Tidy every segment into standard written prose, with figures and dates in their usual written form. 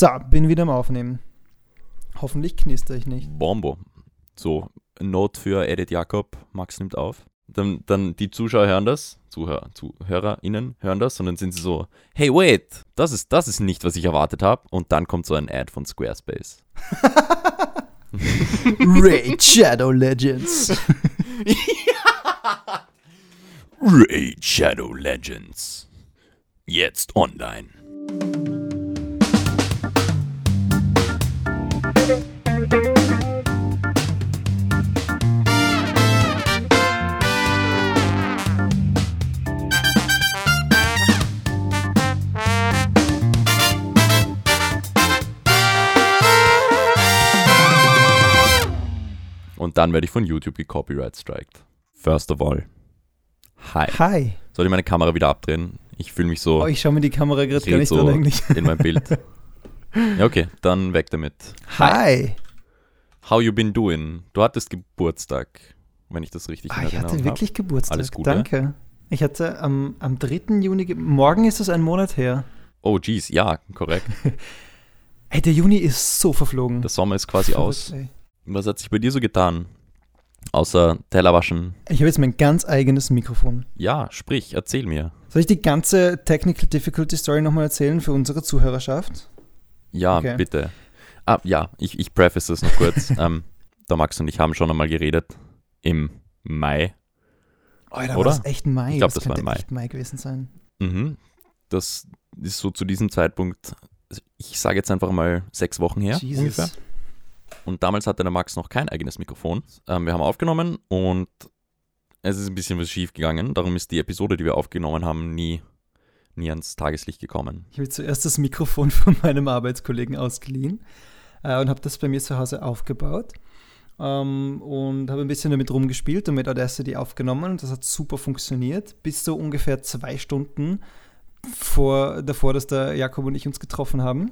So, bin wieder am Aufnehmen. Hoffentlich knister ich nicht. Bombo. So, Note für Edit Jakob, Max nimmt auf. Dann die Zuschauer hören das, ZuhörerInnen hören das und dann sind sie so, hey wait, das ist nicht, was ich erwartet habe. Und dann kommt so ein Ad von Squarespace. Raid Shadow Legends. Raid Shadow Legends. Jetzt online. Und dann werde ich von YouTube gecopyright-striked. First of all, hi. Hi. Soll ich meine Kamera wieder abdrehen? Ich fühle mich so... Oh, ich schaue mir die Kamera gerade gar nicht so an eigentlich. In mein Bild. Ja, okay, dann weg damit. Hi. How you been doing? Du hattest Geburtstag, wenn ich das richtig in Erinnerung habe. Ich hatte wirklich Geburtstag. Alles Gute. Danke. Ich hatte am 3. Juni, morgen ist es ein Monat her. Oh, geez, ja, korrekt. Ey, der Juni ist so verflogen. Der Sommer ist quasi aus. Ey. Was hat sich bei dir so getan? Außer Teller waschen. Ich habe jetzt mein ganz eigenes Mikrofon. Ja, sprich, erzähl mir. Soll ich die ganze Technical Difficulty Story nochmal erzählen für unsere Zuhörerschaft? Ja, Okay. bitte. Ja, ich preface das noch kurz. Der Max und ich haben schon einmal geredet im Mai. Oh, da war Oder? das echt Mai. Ich glaube, das war im Mai. echt Mai gewesen sein. Mhm. Das ist so zu diesem Zeitpunkt, ich sage jetzt einfach mal 6 Wochen her ungefähr. Und damals hatte der Max noch kein eigenes Mikrofon. Wir haben aufgenommen und es ist ein bisschen was schief gegangen. Darum ist die Episode, die wir aufgenommen haben, nie ans Tageslicht gekommen. Ich habe zuerst das Mikrofon von meinem Arbeitskollegen ausgeliehen und habe das bei mir zu Hause aufgebaut und habe ein bisschen damit rumgespielt und mit Audacity aufgenommen und das hat super funktioniert, bis so ungefähr 2 Stunden davor, dass der Jakob und ich uns getroffen haben.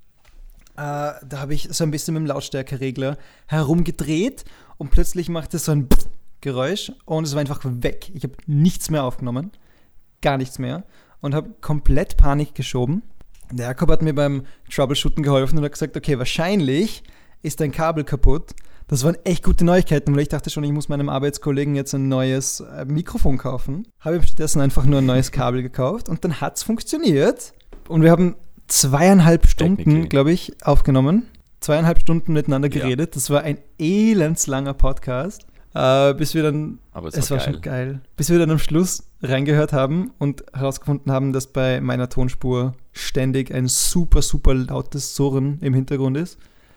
Da habe ich so ein bisschen mit dem Lautstärkeregler herumgedreht und plötzlich machte es so ein Geräusch und es war einfach weg. Ich habe nichts mehr aufgenommen, gar nichts mehr und habe komplett Panik geschoben. Der Jakob hat mir beim Troubleshooten geholfen und hat gesagt, okay, wahrscheinlich ist dein Kabel kaputt. Das waren echt gute Neuigkeiten, weil ich dachte schon, ich muss meinem Arbeitskollegen jetzt ein neues Mikrofon kaufen. Habe ihm stattdessen einfach nur ein neues Kabel gekauft und dann hat es funktioniert und wir haben 2,5 Stunden, glaube ich, aufgenommen. 2,5 Stunden miteinander geredet. Ja. Das war ein elendslanger Podcast. Bis wir dann, es war schon geil, bis wir dann am Schluss reingehört haben und herausgefunden haben, dass bei meiner Tonspur ständig ein super, super lautes Surren im Hintergrund ist.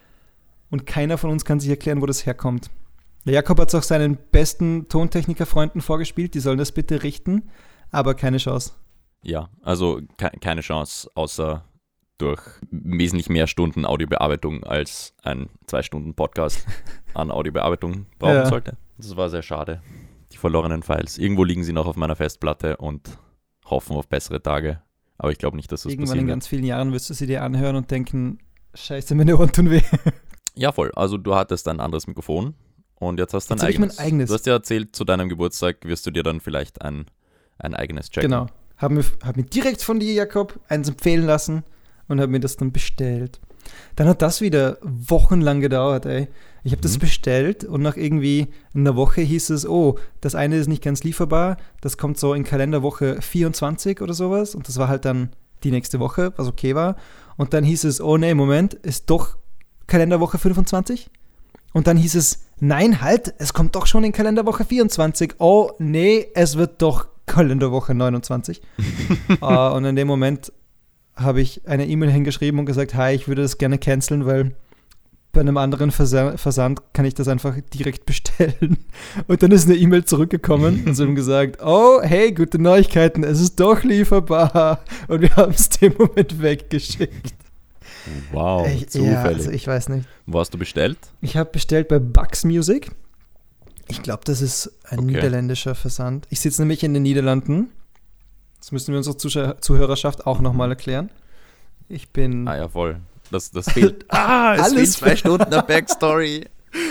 Und keiner von uns kann sich erklären, wo das herkommt. Der Jakob hat es auch seinen besten Tontechniker-Freunden vorgespielt, die sollen das bitte richten, aber keine Chance. Ja, also keine Chance, außer durch wesentlich mehr Stunden Audiobearbeitung als ein 2-Stunden-Podcast an Audiobearbeitung brauchen sollte. Das war sehr schade. Die verlorenen Files. Irgendwo liegen sie noch auf meiner Festplatte und hoffen auf bessere Tage. Aber ich glaube nicht, dass das irgendwann passieren in wird. Ganz vielen Jahren wirst du sie dir anhören und denken, scheiße, meine Ohren tun weh. Ja, voll. Also du hattest ein anderes Mikrofon und jetzt hast du jetzt ein mein eigenes. Du hast ja erzählt, zu deinem Geburtstag wirst du dir dann vielleicht ein eigenes checken. Genau. Hab mir direkt von dir, Jakob, eins empfehlen lassen und habe mir das dann bestellt. Dann hat das wieder wochenlang gedauert, ey. Ich habe das bestellt und nach irgendwie einer Woche hieß es, oh, das eine ist nicht ganz lieferbar, das kommt so in Kalenderwoche 24 oder sowas und das war halt dann die nächste Woche, was okay war. Und dann hieß es, oh nee, Moment, ist doch Kalenderwoche 25? Und dann hieß es, nein, halt, es kommt doch schon in Kalenderwoche 24. Oh nee, es wird doch Kalenderwoche 29. Und in dem Moment habe ich eine E-Mail hingeschrieben und gesagt, hi, ich würde das gerne canceln, weil bei einem anderen Versand kann ich das einfach direkt bestellen. Und dann ist eine E-Mail zurückgekommen und sie haben gesagt, oh, hey, gute Neuigkeiten, es ist doch lieferbar. Und wir haben es dem Moment weggeschickt. Wow, zufällig. Ja, also ich weiß nicht. Wo hast du bestellt? Ich habe bestellt bei Bugs Music. Ich glaube, das ist ein niederländischer Versand. Ich sitze nämlich in den Niederlanden. Das müssen wir unserer Zuhörerschaft auch nochmal erklären. Ich bin... Ah ja, voll. Das fehlt. Es fehlt 2 Stunden der Backstory.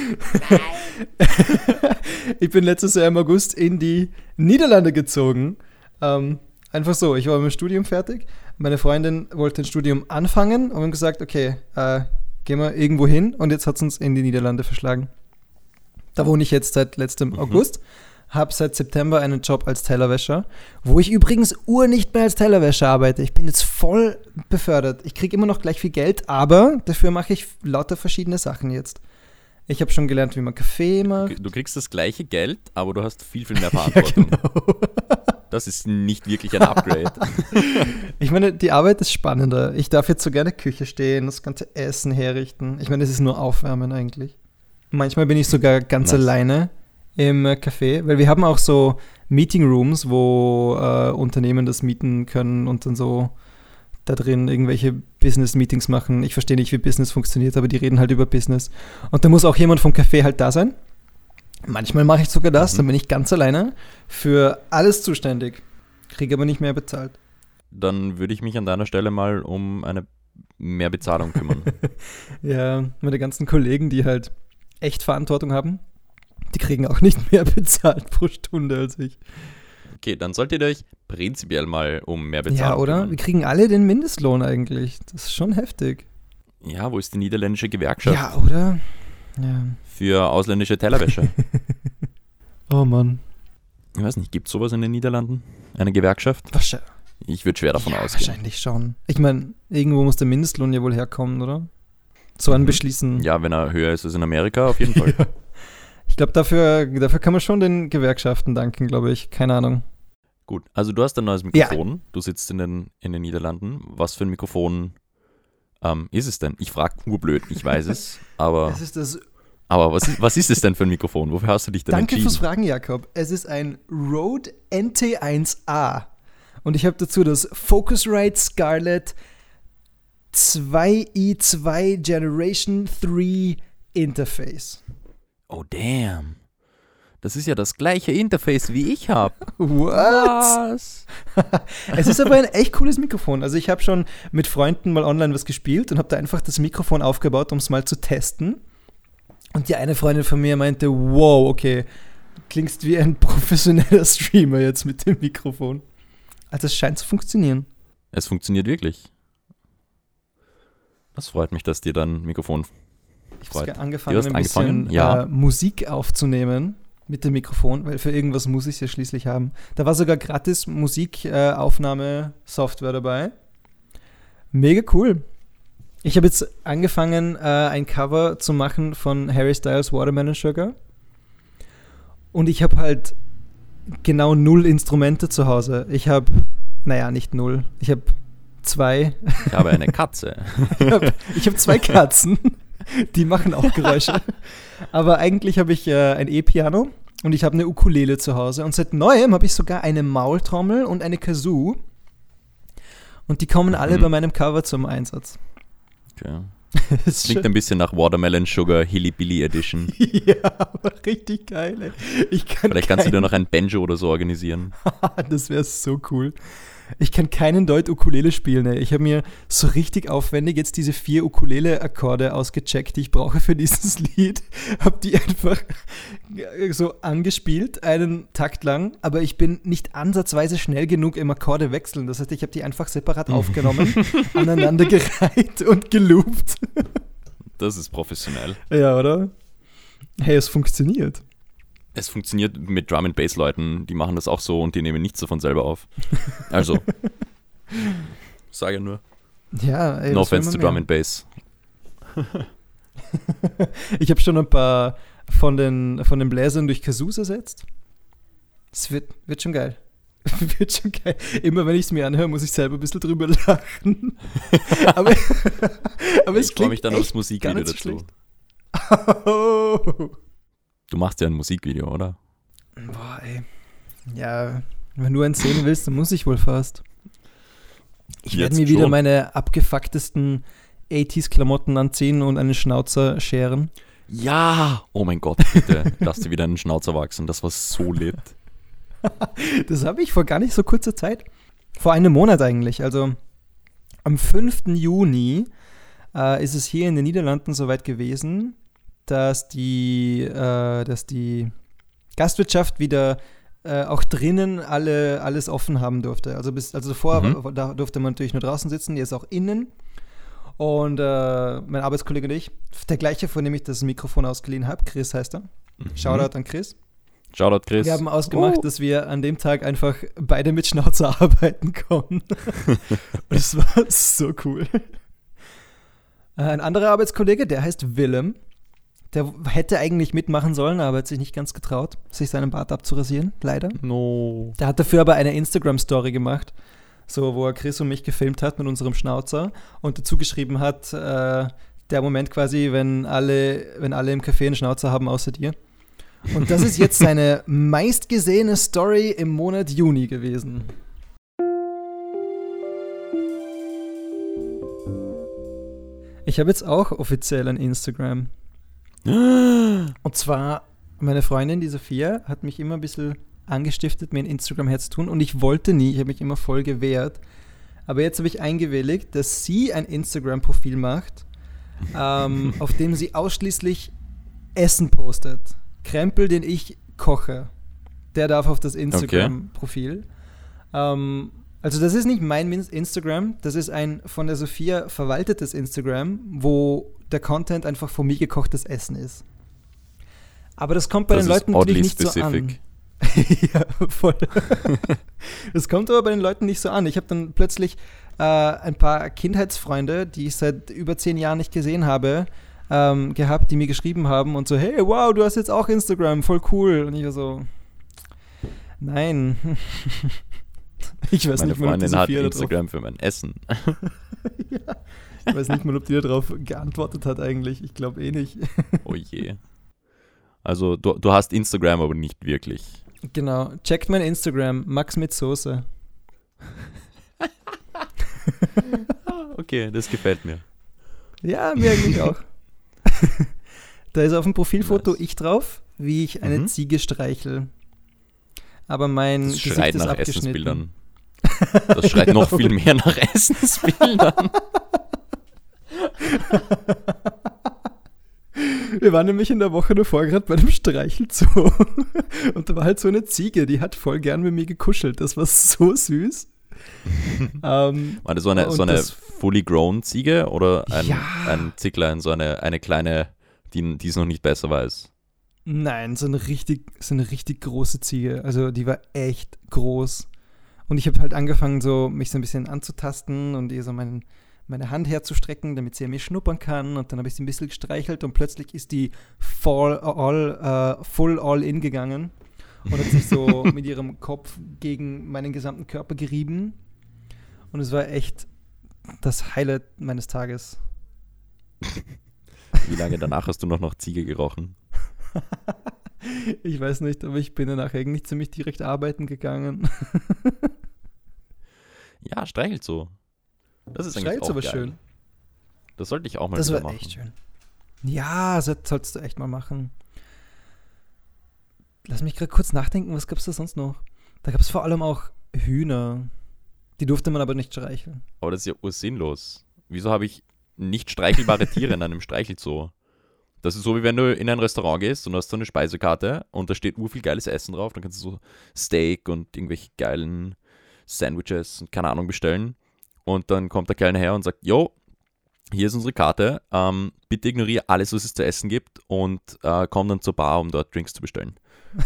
Ich bin letztes Jahr im August in die Niederlande gezogen. Einfach so, ich war mit dem Studium fertig Meine Freundin wollte ein Studium anfangen und wir haben gesagt, okay, gehen wir irgendwo hin und jetzt hat es uns in die Niederlande verschlagen. Da wohne ich jetzt seit letztem August, habe seit September einen Job als Tellerwäscher, wo ich übrigens nicht mehr als Tellerwäscher arbeite. Ich bin jetzt voll befördert. Ich kriege immer noch gleich viel Geld, aber dafür mache ich lauter verschiedene Sachen jetzt. Ich habe schon gelernt, wie man Kaffee macht. Du kriegst das gleiche Geld, aber du hast viel, viel mehr Verantwortung. Ja, genau. Das ist nicht wirklich ein Upgrade. Ich meine, die Arbeit ist spannender. Ich darf jetzt so gerne Küche stehen, das ganze Essen herrichten. Ich meine, es ist nur Aufwärmen eigentlich. Manchmal bin ich sogar ganz alleine im Café, weil wir haben auch so Meeting Rooms, wo Unternehmen das mieten können und dann so da drin irgendwelche Business-Meetings machen. Ich verstehe nicht, wie Business funktioniert, aber die reden halt über Business. Und da muss auch jemand vom Café halt da sein. Manchmal mache ich sogar das, dann bin ich ganz alleine für alles zuständig, kriege aber nicht mehr bezahlt. Dann würde ich mich an deiner Stelle mal um eine Mehrbezahlung kümmern. Ja, meine ganzen Kollegen, die halt echt Verantwortung haben, die kriegen auch nicht mehr bezahlt pro Stunde als ich. Okay, dann solltet ihr euch prinzipiell mal um mehr Bezahlung Ja, oder? kümmern. Wir kriegen alle den Mindestlohn eigentlich. Das ist schon heftig. Ja, wo ist die niederländische Gewerkschaft Ja, oder? Ja. für ausländische Tellerwäscher? Oh Mann. Ich weiß nicht, gibt es sowas in den Niederlanden? Eine Gewerkschaft? Wahrscheinlich. Ich würde schwer davon ausgehen. Wahrscheinlich schon. Ich meine, irgendwo muss der Mindestlohn ja wohl herkommen, oder? So ein Beschließen. Ja, wenn er höher ist als in Amerika, auf jeden Fall. Ja. Ich glaube, dafür kann man schon den Gewerkschaften danken, glaube ich. Keine Ahnung. Gut, also du hast ein neues Mikrofon. Du sitzt in den Niederlanden. Was für ein Mikrofon ist es denn? Ich frage urblöd, ich weiß es, aber... Es ist das... Aber was ist es denn für ein Mikrofon? Wofür hast du dich denn Danke entschieden? fürs Fragen, Jakob. Es ist ein Rode NT1A. Und ich habe dazu das Focusrite Scarlett 2i2 Generation 3 Interface. Oh, damn. Das ist ja das gleiche Interface, wie ich habe. What? Was? Es ist aber ein echt cooles Mikrofon. Also ich habe schon mit Freunden mal online was gespielt und habe da einfach das Mikrofon aufgebaut, um es mal zu testen. Und die eine Freundin von mir meinte, wow, okay, klingst wie ein professioneller Streamer jetzt mit dem Mikrofon. Also es scheint zu funktionieren. Es funktioniert wirklich. Das freut mich, dass dir dein Mikrofon Ich freut. habe angefangen, ein bisschen Ja. Musik aufzunehmen mit dem Mikrofon, weil für irgendwas muss ich es ja schließlich haben. Da war sogar gratis Musikaufnahme-Software dabei. Mega cool. Ich habe jetzt angefangen, ein Cover zu machen von Harry Styles Watermelon Sugar. Und ich habe halt genau 0 Instrumente zu Hause. Ich habe, nicht 0, ich habe 2. Ich habe eine Katze. Ich habe 2 Katzen, die machen auch Geräusche. Aber eigentlich habe ich ein E-Piano und ich habe eine Ukulele zu Hause. Und seit Neuem habe ich sogar eine Maultrommel und eine Kazoo. Und die kommen alle bei meinem Cover zum Einsatz. Okay. Das klingt ein bisschen nach Watermelon Sugar Hilly-Billy Edition. Ja, aber richtig geil. Ey. Vielleicht kannst du dir noch ein Banjo oder so organisieren. Das wäre so cool. Ich kann keinen Deut Ukulele spielen. Ey. Ich habe mir so richtig aufwendig jetzt diese 4 Ukulele-Akkorde ausgecheckt, die ich brauche für dieses Lied. Habe die einfach so angespielt, einen Takt lang, aber ich bin nicht ansatzweise schnell genug im Akkorde wechseln. Das heißt, ich habe die einfach separat aufgenommen, aneinandergereiht und geloopt. Das ist professionell. Ja, oder? Hey, es funktioniert. Es funktioniert mit Drum and Bass Leuten, die machen das auch so und die nehmen nichts davon selber auf. Also, sage nur. Ja, ey, No offense to Drum and Bass. Ich habe schon ein paar von den Bläsern durch Kazoos ersetzt. Es wird schon geil. Wird schon geil. Immer wenn ich es mir anhöre, muss ich selber ein bisschen drüber lachen. aber es Ich freue mich klingt dann echt aufs Musikvideo gar nicht so dazu. schlecht. Oh. Du machst ja ein Musikvideo, oder? Boah, ey. Ja, wenn du eins sehen willst, dann muss ich wohl fast. Ich werde mir wieder schon. meine abgefucktesten 80s-Klamotten anziehen und einen Schnauzer scheren. Ja! Oh mein Gott, bitte. Lass dir wieder einen Schnauzer wachsen. Das war so lit. Das habe ich vor gar nicht so kurzer Zeit. Vor einem Monat eigentlich. Also am 5. Juni ist es hier in den Niederlanden soweit gewesen, dass die Gastwirtschaft wieder auch drinnen alles offen haben durfte. Also davor da durfte man natürlich nur draußen sitzen, jetzt auch innen. Und mein Arbeitskollege und ich, der gleiche, von dem ich das Mikrofon ausgeliehen habe, Chris heißt er. Shoutout an Chris. Shoutout Chris. Wir haben ausgemacht, dass wir an dem Tag einfach beide mit Schnauzer arbeiten kommen. Und es war so cool. Ein anderer Arbeitskollege, der heißt Willem. Der hätte eigentlich mitmachen sollen, aber hat sich nicht ganz getraut, sich seinen Bart abzurasieren, leider. No. Der hat dafür aber eine Instagram-Story gemacht, so wo er Chris und mich gefilmt hat mit unserem Schnauzer und dazu geschrieben hat, der Moment quasi, wenn alle im Café einen Schnauzer haben, außer dir. Und das ist jetzt seine meistgesehene Story im Monat Juni gewesen. Ich habe jetzt auch offiziell ein Instagram. Und zwar, meine Freundin, die Sophia, hat mich immer ein bisschen angestiftet, mir ein Instagram herzutun. Und ich wollte nie, ich habe mich immer voll gewehrt. Aber jetzt habe ich eingewilligt, dass sie ein Instagram-Profil macht, auf dem sie ausschließlich Essen postet. Krempel, den ich koche. Der darf auf das Instagram-Profil. Also das ist nicht mein Instagram, das ist ein von der Sophia verwaltetes Instagram, wo der Content einfach von mir gekochtes Essen ist. Aber das kommt bei den Leuten natürlich nicht so an. Ja, voll. Das kommt aber bei den Leuten nicht so an. Ich habe dann plötzlich ein paar Kindheitsfreunde, die ich seit über 10 Jahren nicht gesehen habe, gehabt, die mir geschrieben haben und so, hey, wow, du hast jetzt auch Instagram, voll cool. Und ich war so, nein. Ich weiß Meine nicht mal, ob die Freundin hat Sophia Instagram für mein Essen. Ja, ich weiß nicht mal, ob die darauf geantwortet hat eigentlich. Ich glaube eh nicht. Oh je. Also du hast Instagram, aber nicht wirklich. Genau. Checkt mein Instagram, Max mit Soße. Okay, das gefällt mir. Ja, mir eigentlich auch. Da ist auf dem Profilfoto Nice. ich drauf, wie ich eine Ziege streichel. Aber mein Das Gesicht schreit ist nach abgeschnitten. Essensbildern. Das schreit noch viel mehr nach Essensbildern. Wir waren nämlich in der Woche davor gerade bei einem Streichelzoo. Und da war halt so eine Ziege, die hat voll gern mit mir gekuschelt. Das war so süß. War das so eine fully grown Ziege oder ein Zicklein, so eine kleine, die es noch nicht besser weiß? Nein, so eine richtig große Ziege. Also die war echt groß. Und ich habe halt angefangen, mich so ein bisschen anzutasten und ihr so meine Hand herzustrecken, damit sie an mir schnuppern kann. Und dann habe ich sie ein bisschen gestreichelt und plötzlich ist die full all in gegangen und hat sich so mit ihrem Kopf gegen meinen gesamten Körper gerieben. Und es war echt das Highlight meines Tages. Wie lange danach hast du noch Ziege gerochen? Ich weiß nicht, aber ich bin danach eigentlich ziemlich direkt arbeiten gegangen. Ja, streichelt so. Das ist eigentlich auch aber geil. Schön. Das sollte ich auch mal Das wieder war machen. echt schön. Ja, das sollst du echt mal machen. Lass mich gerade kurz nachdenken, was gab es da sonst noch? Da gab es vor allem auch Hühner. Die durfte man aber nicht streicheln. Aber das ist ja ursinnlos. Wieso habe ich nicht streichelbare Tiere in einem Streichelzoo? Das ist so, wie wenn du in ein Restaurant gehst und hast so eine Speisekarte und da steht urviel geiles Essen drauf. Dann kannst du so Steak und irgendwelche geilen Sandwiches und keine Ahnung bestellen. Und dann kommt der Kellner her und sagt, jo, hier ist unsere Karte. Bitte ignoriere alles, was es zu essen gibt und komm dann zur Bar, um dort Drinks zu bestellen.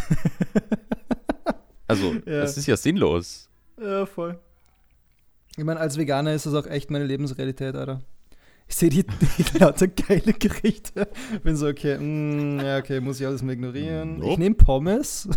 Also, das ist ja sinnlos. Ja, voll. Ich meine, als Veganer ist das auch echt meine Lebensrealität, Alter. Ich sehe die lauter geile Gerichte. Bin so, okay, muss ich alles mal ignorieren. Nope. Ich nehme Pommes.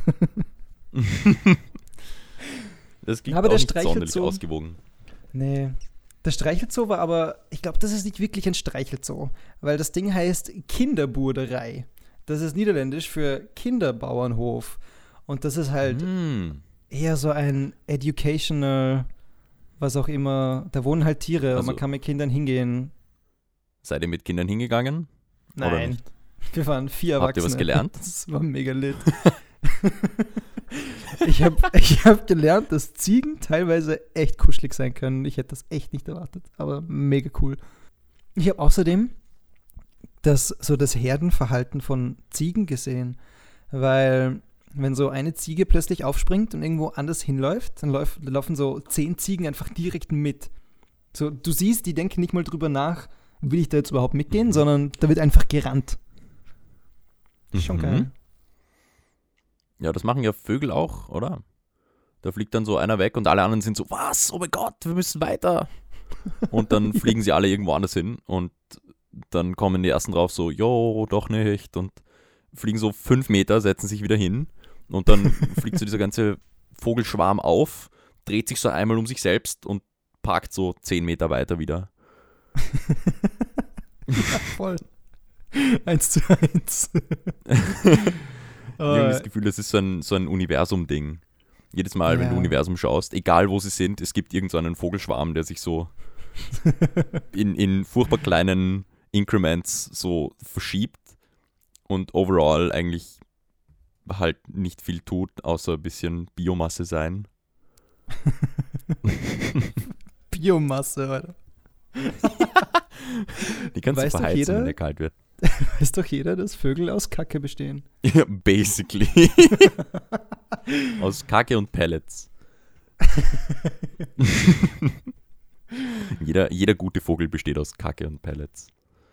Das klingt Aber auch der nicht sonderlich Streichelzoo- ausgewogen. Nee. Der Streichelzoo war aber, ich glaube, das ist nicht wirklich ein Streichelzoo, weil das Ding heißt Kinderboerderei. Das ist niederländisch für Kinderbauernhof. Und das ist halt eher so ein educational, was auch immer. Da wohnen halt Tiere und man kann mit Kindern hingehen. Seid ihr mit Kindern hingegangen? Oder Nein. nicht? Wir waren 4 Erwachsene. Habt ihr was gelernt? Das war mega lit. Ich hab gelernt, dass Ziegen teilweise echt kuschelig sein können. Ich hätte das echt nicht erwartet, aber mega cool. Ich habe außerdem das Herdenverhalten von Ziegen gesehen, weil wenn so eine Ziege plötzlich aufspringt und irgendwo anders hinläuft, dann laufen so 10 Ziegen einfach direkt mit. So, du siehst, die denken nicht mal drüber nach, will ich da jetzt überhaupt mitgehen, sondern da wird einfach gerannt. Ist schon geil. Ja, das machen ja Vögel auch, oder? Da fliegt dann so einer weg und alle anderen sind so, was? Oh mein Gott, wir müssen weiter. Und dann fliegen sie alle irgendwo anders hin und dann kommen die ersten drauf so, jo, doch nicht. Und fliegen so 5 Meter, setzen sich wieder hin und dann fliegt so dieser ganze Vogelschwarm auf, dreht sich so einmal um sich selbst und parkt so 10 Meter weiter wieder. Ja, voll. 1:1. Ich habe das Gefühl, das ist so ein Universum-Ding. Jedes Mal, wenn du Universum schaust, egal wo sie sind, es gibt irgend so einen Vogelschwarm, der sich so in furchtbar kleinen Increments so verschiebt und overall eigentlich halt nicht viel tut, außer ein bisschen Biomasse sein. Biomasse, Alter. Die kannst du verheizen, wenn der kalt wird. Weiß doch jeder, dass Vögel aus Kacke bestehen. Ja, basically. Aus Kacke und Pellets. Jeder gute Vogel besteht aus Kacke und Pellets.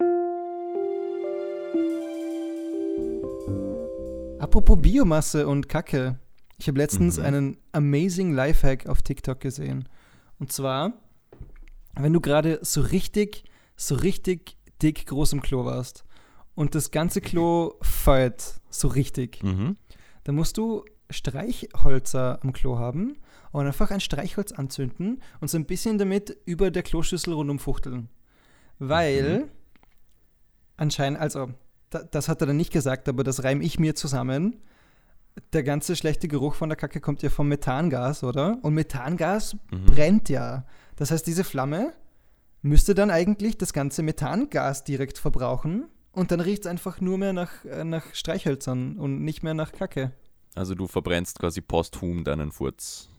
Apropos Biomasse und Kacke. Ich habe letztens einen amazing Lifehack auf TikTok gesehen. Und zwar, wenn du gerade so richtig dick groß im Klo warst und das ganze Klo feuert so richtig, dann musst du Streichhölzer am Klo haben und einfach ein Streichholz anzünden und so ein bisschen damit über der Kloschüssel rundum fuchteln. Weil anscheinend, also das hat er dann nicht gesagt, aber das reime ich mir zusammen. Der ganze schlechte Geruch von der Kacke kommt ja vom Methangas, oder? Und Methangas brennt ja. Das heißt, diese Flamme müsste dann eigentlich das ganze Methangas direkt verbrauchen und dann riecht es einfach nur mehr nach Streichhölzern und nicht mehr nach Kacke. Also du verbrennst quasi posthum deinen Furz.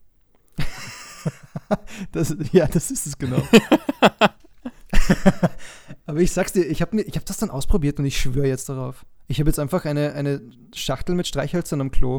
Das ist es genau. Aber ich sag's dir, ich hab das dann ausprobiert und ich schwöre jetzt darauf. Ich habe jetzt einfach eine Schachtel mit Streichhölzern am Klo.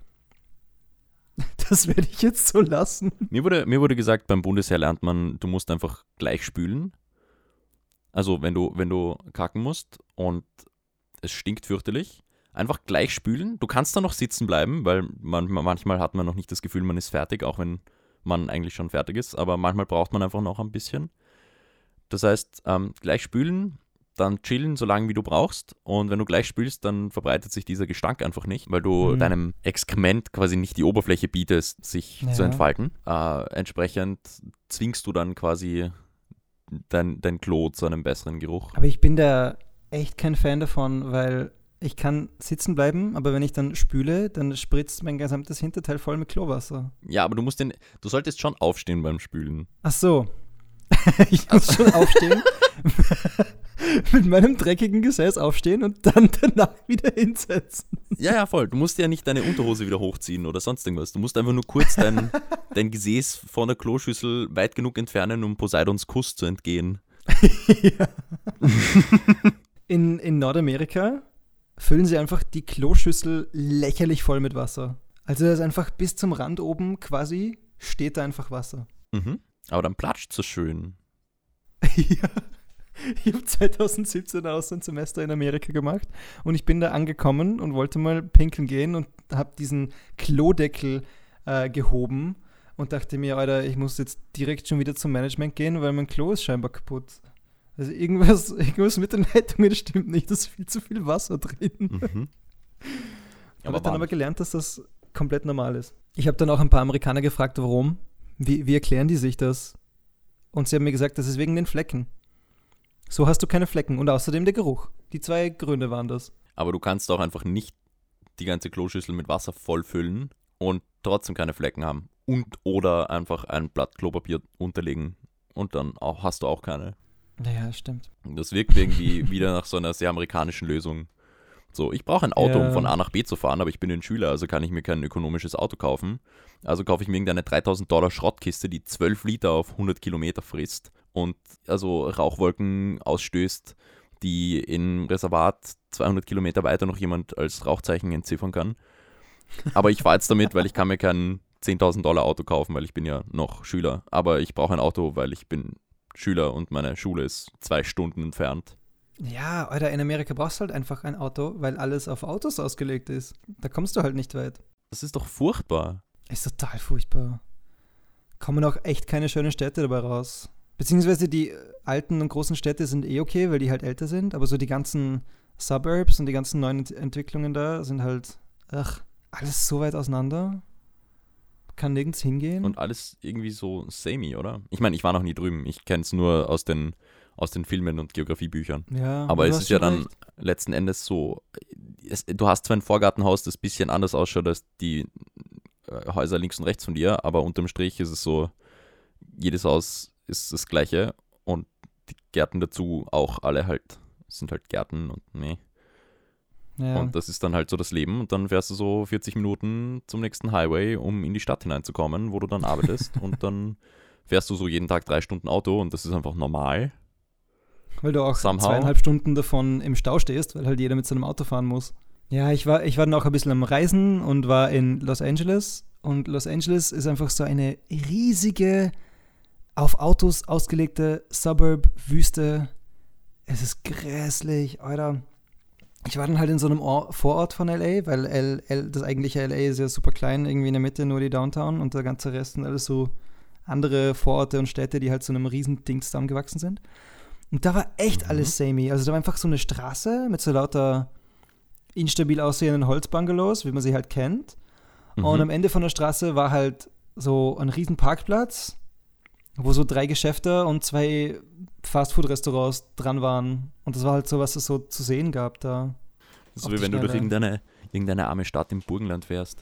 Das werde ich jetzt so lassen. Mir wurde gesagt, beim Bundesheer lernt man, du musst einfach gleich spülen. Also wenn du kacken musst und es stinkt fürchterlich, einfach gleich spülen. Du kannst da noch sitzen bleiben, weil manchmal hat man noch nicht das Gefühl, man ist fertig, auch wenn man eigentlich schon fertig ist. Aber manchmal braucht man einfach noch ein bisschen. Das heißt, gleich spülen, dann chillen so lange, wie du brauchst. Und wenn du gleich spülst, dann verbreitet sich dieser Gestank einfach nicht, weil du deinem Exkrement quasi nicht die Oberfläche bietest, sich zu entfalten. Entsprechend zwingst du dann quasi dein Klo zu einem besseren Geruch. Aber ich bin da echt kein Fan davon, weil ich kann sitzen bleiben, aber wenn ich dann spüle, dann spritzt mein gesamtes Hinterteil voll mit Klowasser. Ja, aber du solltest schon aufstehen beim Spülen. Ach so. Ich muss schon aufstehen. Mit meinem dreckigen Gesäß aufstehen und dann danach wieder hinsetzen. Ja, voll. Du musst ja nicht deine Unterhose wieder hochziehen oder sonst irgendwas. Du musst einfach nur kurz dein Gesäß von der Kloschüssel weit genug entfernen, um Poseidons Kuss zu entgehen. Ja. In Nordamerika füllen sie einfach die Kloschüssel lächerlich voll mit Wasser. Also da ist einfach bis zum Rand oben quasi, steht da einfach Wasser. Aber dann platscht so schön. Ja. Ich habe 2017 auch so ein Semester in Amerika gemacht und ich bin da angekommen und wollte mal pinkeln gehen und habe diesen Klodeckel gehoben und dachte mir, Alter, ich muss jetzt direkt schon wieder zum Management gehen, weil mein Klo ist scheinbar kaputt. Also irgendwas mit den Leitungen stimmt nicht, da ist viel zu viel Wasser drin. Habe ich dann aber gelernt, dass das komplett normal ist. Ich habe dann auch ein paar Amerikaner gefragt, warum. Wie erklären die sich das? Und sie haben mir gesagt, das ist wegen den Flecken. So hast du keine Flecken und außerdem der Geruch. Die 2 Gründe waren das. Aber du kannst auch einfach nicht die ganze Kloschüssel mit Wasser vollfüllen und trotzdem keine Flecken haben. Oder einfach ein Blatt Klopapier unterlegen und dann hast du auch keine. Ja, stimmt. Das wirkt irgendwie wieder nach so einer sehr amerikanischen Lösung. So, ich brauche ein Auto, um von A nach B zu fahren, aber ich bin ein Schüler, also kann ich mir kein ökonomisches Auto kaufen. Also kaufe ich mir irgendeine $3.000 Schrottkiste, die 12 Liter auf 100 Kilometer frisst und also Rauchwolken ausstößt, die im Reservat 200 Kilometer weiter noch jemand als Rauchzeichen entziffern kann. Aber ich fahre jetzt damit, weil ich kann mir kein $10.000 Auto kaufen, weil ich bin ja noch Schüler. Aber ich brauche ein Auto, weil ich bin Schüler und meine Schule ist 2 Stunden entfernt. Ja, Alter, in Amerika brauchst du halt einfach ein Auto, weil alles auf Autos ausgelegt ist. Da kommst du halt nicht weit. Das ist doch furchtbar. Ist total furchtbar. Kommen auch echt keine schönen Städte dabei raus. Beziehungsweise die alten und großen Städte sind okay, weil die halt älter sind, aber so die ganzen Suburbs und die ganzen neuen Entwicklungen da sind halt, alles so weit auseinander. Kann nirgends hingehen. Und alles irgendwie so samey, oder? Ich meine, ich war noch nie drüben. Ich kenne es nur aus den Filmen und Geografiebüchern. Ja, aber du es hast ist ja schon dann recht. letzten Endes so, du hast zwar ein Vorgartenhaus, das ein bisschen anders ausschaut als die Häuser links und rechts von dir, aber unterm Strich ist es so, jedes Haus ist das gleiche und die Gärten dazu auch alle halt, sind halt Gärten und Ja. Und das ist dann halt so das Leben und dann fährst du so 40 Minuten zum nächsten Highway, um in die Stadt hineinzukommen, wo du dann arbeitest und dann fährst du so jeden Tag 3 Stunden Auto und das ist einfach normal. Weil du auch Somehow. 2,5 Stunden davon im Stau stehst, weil halt jeder mit seinem Auto fahren muss. Ja, ich war dann auch ein bisschen am Reisen und war in Los Angeles. Und Los Angeles ist einfach so eine riesige, auf Autos ausgelegte Suburb-Wüste. Es ist grässlich, Alter. Ich war dann halt in so einem Vorort von L.A., weil das eigentliche L.A. ist ja super klein, irgendwie in der Mitte nur die Downtown und der ganze Rest sind alles so andere Vororte und Städte, die halt zu einem riesen Ding zusammengewachsen sind. Und da war echt alles samey. Also da war einfach so eine Straße mit so lauter instabil aussehenden Holzbungalows, wie man sie halt kennt. Und am Ende von der Straße war halt so ein riesen Parkplatz, wo so 3 Geschäfte und 2 Fastfood-Restaurants dran waren. Und das war halt so, was es so zu sehen gab da. So wie wenn du durch irgendeine arme Stadt im Burgenland fährst.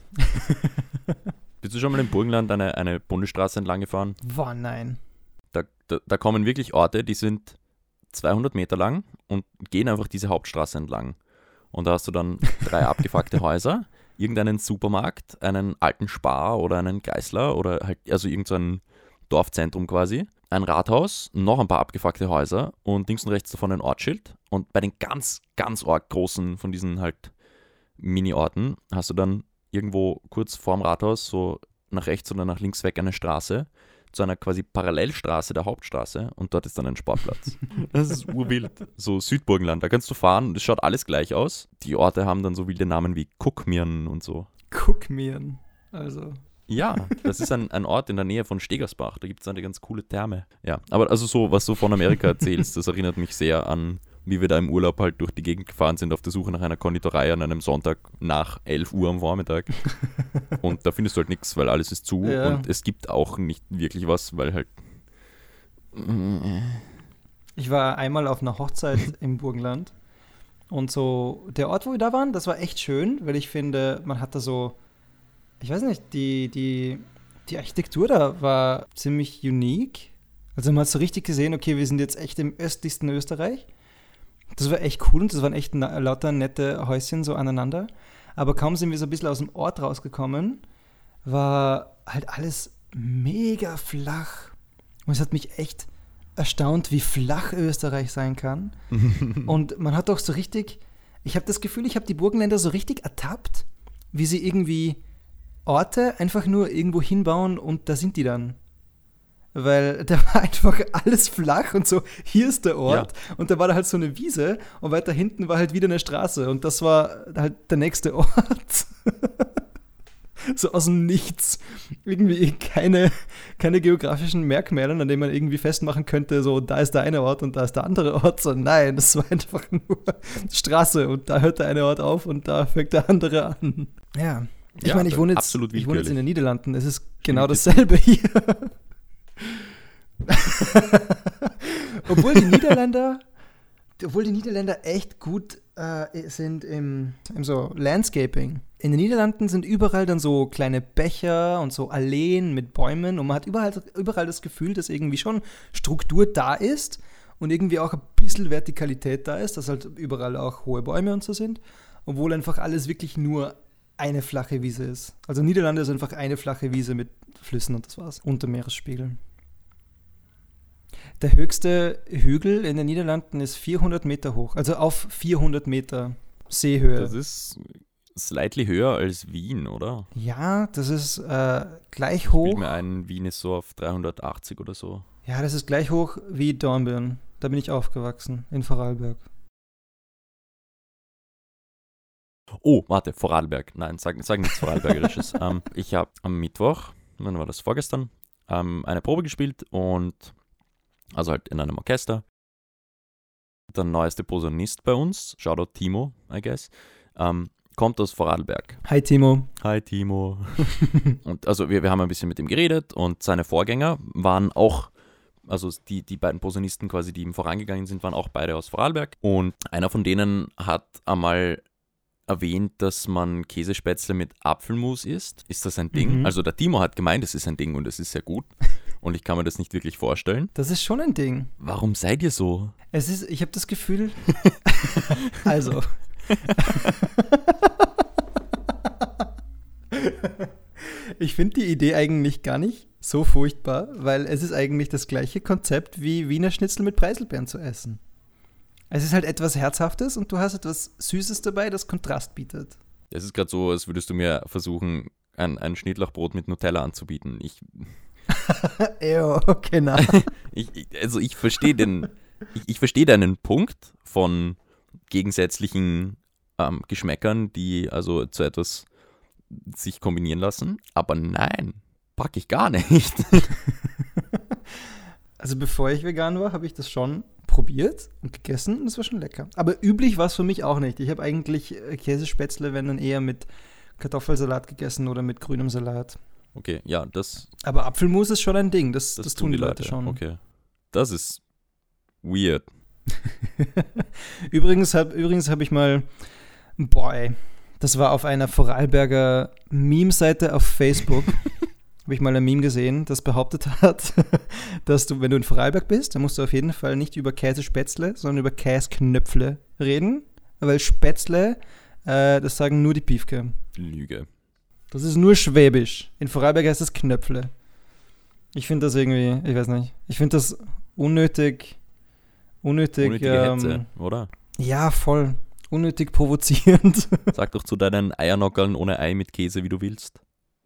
Bist du schon mal im Burgenland eine Bundesstraße entlang gefahren? Boah, nein. Da kommen wirklich Orte, die sind 200 Meter lang und gehen einfach diese Hauptstraße entlang. Und da hast du dann 3 abgefuckte Häuser, irgendeinen Supermarkt, einen alten Spar oder einen Geißler oder halt, also irgend so ein Dorfzentrum quasi, ein Rathaus, noch ein paar abgefuckte Häuser und links und rechts davon ein Ortsschild. Und bei den ganz, ganz arg großen von diesen halt Mini-Orten hast du dann irgendwo kurz vorm Rathaus so nach rechts oder nach links weg eine Straße zu einer quasi Parallelstraße der Hauptstraße und dort ist dann ein Sportplatz. Das ist urwild. So Südburgenland, da kannst du fahren und es schaut alles gleich aus. Die Orte haben dann so wilde Namen wie Kuckmirn und so. Kuckmirn, also. Ja, das ist ein Ort in der Nähe von Stegersbach, da gibt es eine ganz coole Therme. Ja, aber also so, was du von Amerika erzählst, das erinnert mich sehr an, wie wir da im Urlaub halt durch die Gegend gefahren sind auf der Suche nach einer Konditorei an einem Sonntag nach 11 Uhr am Vormittag. Und da findest du halt nichts, weil alles ist zu und es gibt auch nicht wirklich was, weil halt... Ich war einmal auf einer Hochzeit im Burgenland und so der Ort, wo wir da waren, das war echt schön, weil ich finde, man hat da so, ich weiß nicht, die Architektur da war ziemlich unique. Also man hat so richtig gesehen, okay, wir sind jetzt echt im östlichsten Österreich. Das war echt cool und das waren echt lauter nette Häuschen so aneinander. Aber kaum sind wir so ein bisschen aus dem Ort rausgekommen, war halt alles mega flach. Und es hat mich echt erstaunt, wie flach Österreich sein kann. Und man hat auch so richtig, ich habe das Gefühl, ich habe die Burgenländer so richtig ertappt, wie sie irgendwie Orte einfach nur irgendwo hinbauen und da sind die dann. Weil da war einfach alles flach und so, hier ist der Ort. Ja. Und da war da halt so eine Wiese und weiter hinten war halt wieder eine Straße und das war halt der nächste Ort. So aus dem Nichts. Irgendwie keine geografischen Merkmale, an denen man irgendwie festmachen könnte, so da ist der eine Ort und da ist der andere Ort. So nein, das war einfach nur Straße und da hört der eine Ort auf und da fängt der andere an. Ja, ich meine, ich wohne jetzt in den Niederlanden, es ist genau dasselbe hier. Obwohl die Niederländer echt gut sind im so Landscaping. In den Niederlanden sind überall dann so kleine Becher und so Alleen mit Bäumen und man hat überall das Gefühl, dass irgendwie schon Struktur da ist und irgendwie auch ein bisschen Vertikalität da ist, dass halt überall auch hohe Bäume und so sind, obwohl einfach alles wirklich nur eine flache Wiese ist. Also Niederlande ist einfach eine flache Wiese mit Flüssen und das war's. Unter Meeresspiegel. Der höchste Hügel in den Niederlanden ist 400 Meter hoch, also auf 400 Meter Seehöhe. Das ist slightly höher als Wien, oder? Ja, das ist gleich Ich hoch. bilde mir ein, Wien ist so auf 380 oder so. Ja, das ist gleich hoch wie Dornbirn. Da bin ich aufgewachsen, in Vorarlberg. Oh, warte, Vorarlberg. Nein, sag nichts Vorarlbergerisches. Ich habe am Mittwoch, wann war das, vorgestern, eine Probe gespielt und, also halt in einem Orchester. Der neueste Posaunist bei uns, Shoutout Timo, I guess, kommt aus Vorarlberg. Hi Timo. Hi Timo. Und also wir haben ein bisschen mit ihm geredet und seine Vorgänger waren auch, also die beiden Posaunisten quasi, die ihm vorangegangen sind, waren auch beide aus Vorarlberg. Und einer von denen hat einmal erwähnt, dass man Käsespätzle mit Apfelmus isst. Ist das ein Ding? Mhm. Also der Timo hat gemeint, es ist ein Ding und es ist sehr gut. Und ich kann mir das nicht wirklich vorstellen. Das ist schon ein Ding. Warum seid ihr so? Ich habe das Gefühl, also. Ich finde die Idee eigentlich gar nicht so furchtbar, weil es ist eigentlich das gleiche Konzept wie Wiener Schnitzel mit Preiselbeeren zu essen. Es ist halt etwas Herzhaftes und du hast etwas Süßes dabei, das Kontrast bietet. Es ist gerade so, als würdest du mir versuchen, ein Schnittlauchbrot mit Nutella anzubieten. Genau. Ich verstehe deinen Punkt von gegensätzlichen Geschmäckern, die also zu etwas sich kombinieren lassen, aber nein, packe ich gar nicht. Also bevor ich vegan war, habe ich das schon probiert und gegessen und es war schon lecker. Aber üblich war es für mich auch nicht. Ich habe eigentlich Käsespätzle, wenn dann eher mit Kartoffelsalat gegessen oder mit grünem Salat. Okay, ja, das Aber Apfelmus ist schon ein Ding, das tun die Leute schon. Okay, das ist weird. Übrigens hab ich mal, das war auf einer Vorarlberger Meme-Seite auf Facebook, habe ich mal ein Meme gesehen, das behauptet hat, dass du, wenn du in Vorarlberg bist, dann musst du auf jeden Fall nicht über Käsespätzle, sondern über Käsknöpfle reden, weil Spätzle, das sagen nur die Piefke. Lüge. Das ist nur Schwäbisch. In Vorarlberg heißt es Knöpfle. Ich finde das irgendwie, ich weiß nicht, ich finde das unnötige Hetze, oder? Ja, voll. Unnötig provozierend. Sag doch zu deinen Eiernockerln ohne Ei mit Käse, wie du willst.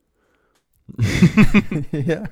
Ja.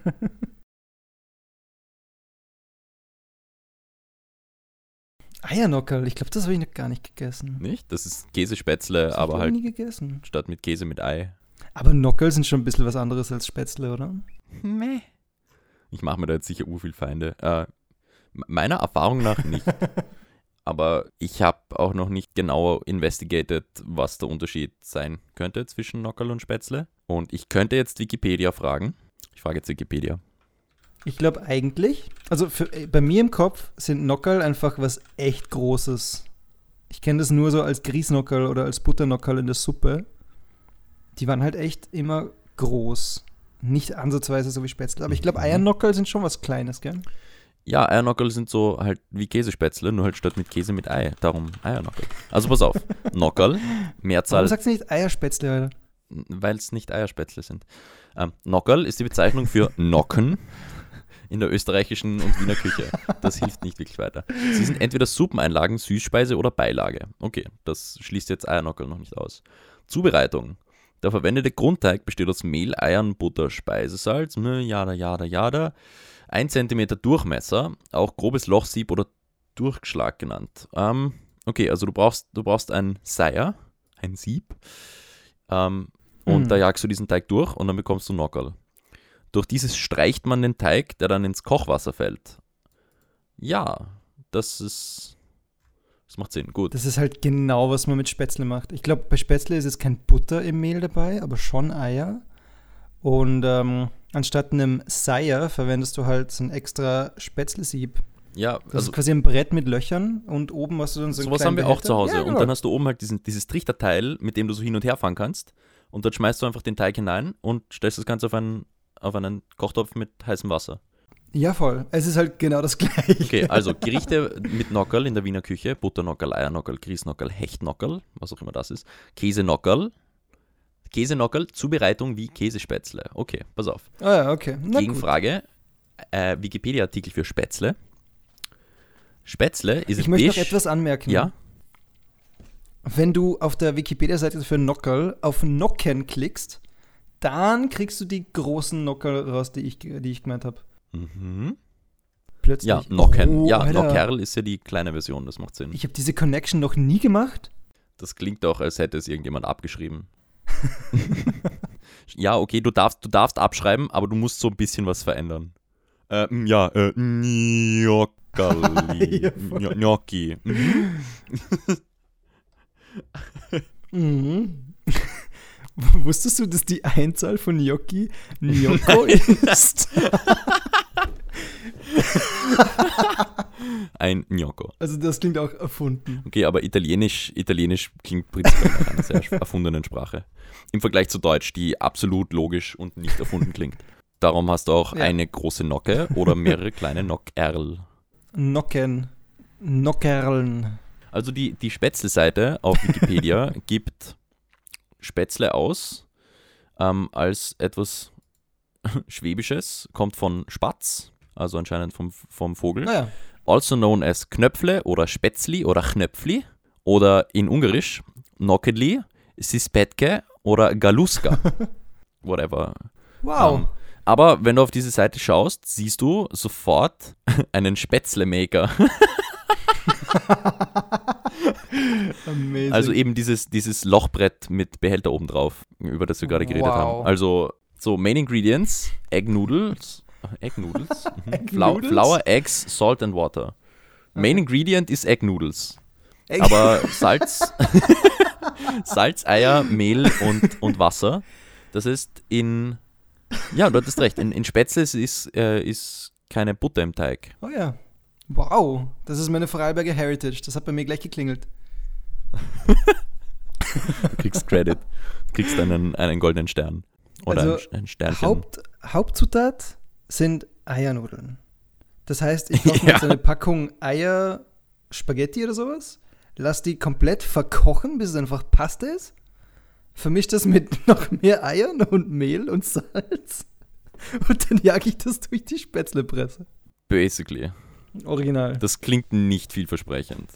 Eiernockerl, ich glaube, das habe ich noch gar nicht gegessen. Nicht? Das ist Käsespätzle, Das aber habe ich halt nie gegessen. statt mit Käse mit Ei. Aber Nockerl sind schon ein bisschen was anderes als Spätzle, oder? Meh. Ich mache mir da jetzt sicher urviel Feinde. Meiner Erfahrung nach nicht. Aber ich habe auch noch nicht genau investigated, was der Unterschied sein könnte zwischen Nockerl und Spätzle. Und ich könnte jetzt Wikipedia fragen. Ich frage jetzt Wikipedia. Ich glaube eigentlich, also bei mir im Kopf sind Nockerl einfach was echt Großes. Ich kenne das nur so als Grießnockerl oder als Butternockerl in der Suppe. Die waren halt echt immer groß. Nicht ansatzweise so wie Spätzle. Aber ich glaube, Eiernockerl sind schon was Kleines, gell? Ja, Eiernockerl sind so halt wie Käsespätzle, nur halt statt mit Käse mit Ei. Darum Eiernockerl. Also pass auf. Nockerl, Mehrzahl. Warum sagst du nicht Eierspätzle, Alter? Weil es nicht Eierspätzle sind. Nockerl ist die Bezeichnung für Nocken in der österreichischen und Wiener Küche. Das hilft nicht wirklich weiter. Sie sind entweder Suppeneinlagen, Süßspeise oder Beilage. Okay, das schließt jetzt Eiernockerl noch nicht aus. Zubereitung. Der verwendete Grundteig besteht aus Mehl, Eiern, Butter, Speisesalz, jada. 1 cm Durchmesser, auch grobes Lochsieb oder Durchschlag genannt. Okay, also du brauchst ein Seier, ein Sieb, und da jagst du diesen Teig durch und dann bekommst du Nockerl. Durch dieses streicht man den Teig, der dann ins Kochwasser fällt. Ja, das macht Sinn, gut. Das ist halt genau, was man mit Spätzle macht. Ich glaube, bei Spätzle ist jetzt kein Butter im Mehl dabei, aber schon Eier. Und anstatt einem Seier verwendest du halt so ein extra Spätzlesieb. Ja, Das ist quasi ein Brett mit Löchern und oben hast du dann so einen sowas kleinen haben wir auch Behälter. zu Hause. Ja, genau. Und dann hast du oben halt dieses Trichterteil, mit dem du so hin und her fahren kannst. Und dort schmeißt du einfach den Teig hinein und stellst das Ganze auf einen Kochtopf mit heißem Wasser. Ja, voll. Es ist halt genau das Gleiche. Okay, also Gerichte mit Nockerl in der Wiener Küche. Butternockerl, Eiernockerl, Grießnockerl, Hechtnockerl, was auch immer das ist. Käsenockerl, Zubereitung wie Käsespätzle. Okay, pass auf. Ah ja, okay. Na Gegenfrage, Wikipedia-Artikel für Spätzle. Spätzle ist Ich ein möchte noch Dish. etwas anmerken. Ja? wenn du auf der Wikipedia-Seite für Nockerl auf Nocken klickst, dann kriegst du die großen Nockerl raus, die ich gemeint habe. Mhm. Plötzlich. Ja, Nocken. Oh, ja, Alter. Nockerl ist ja die kleine Version, das macht Sinn. Ich habe diese Connection noch nie gemacht. Das klingt auch, als hätte es irgendjemand abgeschrieben. Ja, okay, du darfst abschreiben, aber du musst so ein bisschen was verändern. Gnocchi. Ja, voll. Gnocchi. Mhm. Wusstest du, dass die Einzahl von Gnocchi Gnocco ist? Ein Gnocco. Also das klingt auch erfunden. Okay, aber Italienisch klingt prinzipiell nach einer sehr erfundenen Sprache. Im Vergleich zu Deutsch, die absolut logisch und nicht erfunden klingt. Darum hast du auch eine große Nocke oder mehrere kleine Nockerl. Nocken. Nockerln. Also die Spätzle-Seite auf Wikipedia gibt Spätzle aus als etwas Schwäbisches, kommt von Spatz, also anscheinend vom Vogel. Naja. Also known as Knöpfle oder Spätzli oder Knöpfli oder in Ungarisch Nokkedli, Sispetke oder Galuska. Whatever. Wow. Aber wenn du auf diese Seite schaust, siehst du sofort einen Spätzle-Maker. Amazing. Also eben dieses Lochbrett mit Behälter oben drauf, über das wir gerade geredet haben. Also so Main Ingredients, Egg Noodles, Egg Noodles? Flour, Eggs, Salt and Water. Main Ingredient ist Egg Noodles. Egg- Aber Salz, Eier, Mehl und Wasser. Das ist ja, du hattest recht, in Spätzle ist keine Butter im Teig. Oh ja. Wow. Das ist meine Vorarlberger Heritage. Das hat bei mir gleich geklingelt. Du kriegst Credit. Du kriegst einen goldenen Stern. Oder Also, ein Sternchen. Hauptzutat sind Eiernudeln. Das heißt, ich kaufe mir jetzt eine Packung Eier, Spaghetti oder sowas, lass die komplett verkochen, bis es einfach Paste ist, vermisch das mit noch mehr Eiern und Mehl und Salz und dann jage ich das durch die Spätzlepresse. Basically. Original. Das klingt nicht vielversprechend.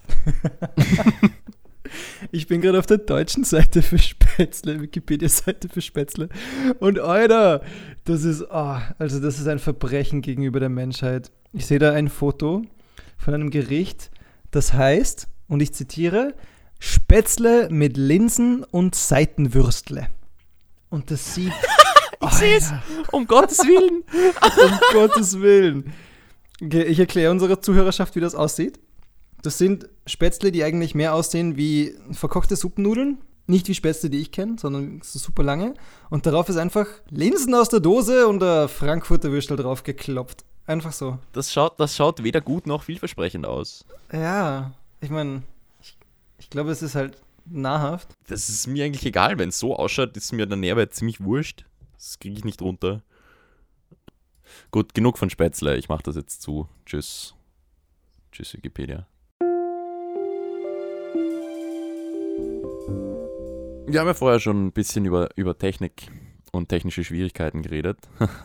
Ich bin gerade auf der deutschen Seite für Spätzle, Wikipedia-Seite für Spätzle. Und Alter, das ist ein Verbrechen gegenüber der Menschheit. Ich sehe da ein Foto von einem Gericht, das heißt, und ich zitiere, Spätzle mit Linsen und Seitenwürstle. Und das sieht... Ich sehe es, um Gottes Willen. Um Gottes Willen. Okay, ich erkläre unserer Zuhörerschaft, wie das aussieht. Das sind Spätzle, die eigentlich mehr aussehen wie verkochte Suppennudeln. Nicht wie Spätzle, die ich kenne, sondern so super lange. Und darauf ist einfach Linsen aus der Dose und der Frankfurter Würstel drauf geklopft. Einfach so. Das schaut weder gut noch vielversprechend aus. Ja, ich meine, ich glaube, es ist halt nahrhaft. Das ist mir eigentlich egal, wenn es so ausschaut, ist mir der Nährwert ziemlich wurscht. Das kriege ich nicht runter. Gut, genug von Spätzle. Ich mache das jetzt zu. Tschüss. Tschüss, Wikipedia. Wir haben ja vorher schon ein bisschen über Technik und technische Schwierigkeiten geredet.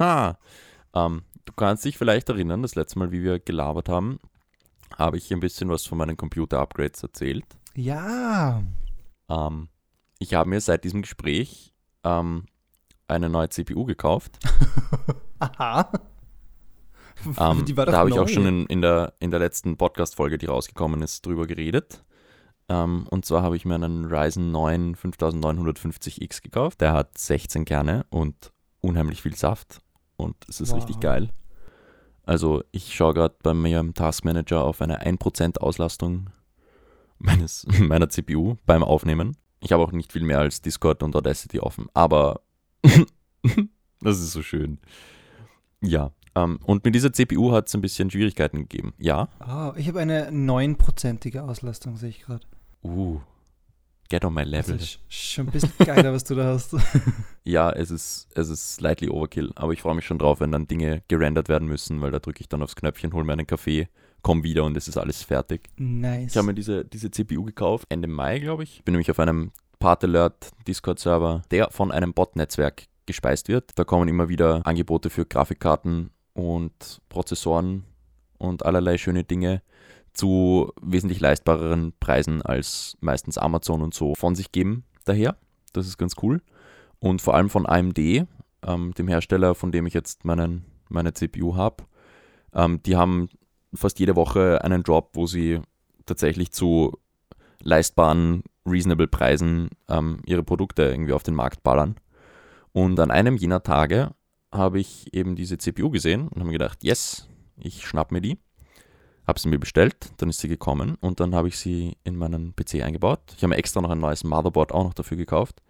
Du kannst dich vielleicht erinnern, das letzte Mal, wie wir gelabert haben, habe ich ein bisschen was von meinen Computer-Upgrades erzählt. Ja. Ich habe mir seit diesem Gespräch eine neue CPU gekauft. Aha. Die war doch Da habe ich neu. auch schon in der letzten Podcast-Folge, die rausgekommen ist, drüber geredet. Und zwar habe ich mir einen Ryzen 9 5950X gekauft. Der hat 16 Kerne und unheimlich viel Saft. Und es ist richtig geil. Also ich schaue gerade bei mir im Taskmanager auf eine 1% Auslastung meiner CPU beim Aufnehmen. Ich habe auch nicht viel mehr als Discord und Audacity offen. Aber das ist so schön. Ja. Und mit dieser CPU hat es ein bisschen Schwierigkeiten gegeben. Ja. Oh, ich habe eine 9%ige Auslastung, sehe ich gerade. Get on my level. Das ist schon ein bisschen geiler, was du da hast. Ja, es ist slightly overkill, aber ich freue mich schon drauf, wenn dann Dinge gerendert werden müssen, weil da drücke ich dann aufs Knöpfchen, hole mir einen Kaffee, komme wieder und es ist alles fertig. Nice. Ich habe mir diese CPU gekauft, Ende Mai, glaube ich. Bin nämlich auf einem Part-Alert Discord-Server, der von einem Bot-Netzwerk gespeist wird. Da kommen immer wieder Angebote für Grafikkarten und Prozessoren und allerlei schöne Dinge zu wesentlich leistbareren Preisen als meistens Amazon und so von sich geben daher. Das ist ganz cool. Und vor allem von AMD, dem Hersteller, von dem ich jetzt meine CPU habe. Die haben fast jede Woche einen Drop, wo sie tatsächlich zu leistbaren, reasonable Preisen ihre Produkte irgendwie auf den Markt ballern. Und an einem jener Tage habe ich eben diese CPU gesehen und habe mir gedacht, yes, ich schnapp mir die. Habe sie mir bestellt, dann ist sie gekommen und dann habe ich sie in meinen PC eingebaut. Ich habe mir extra noch ein neues Motherboard auch noch dafür gekauft,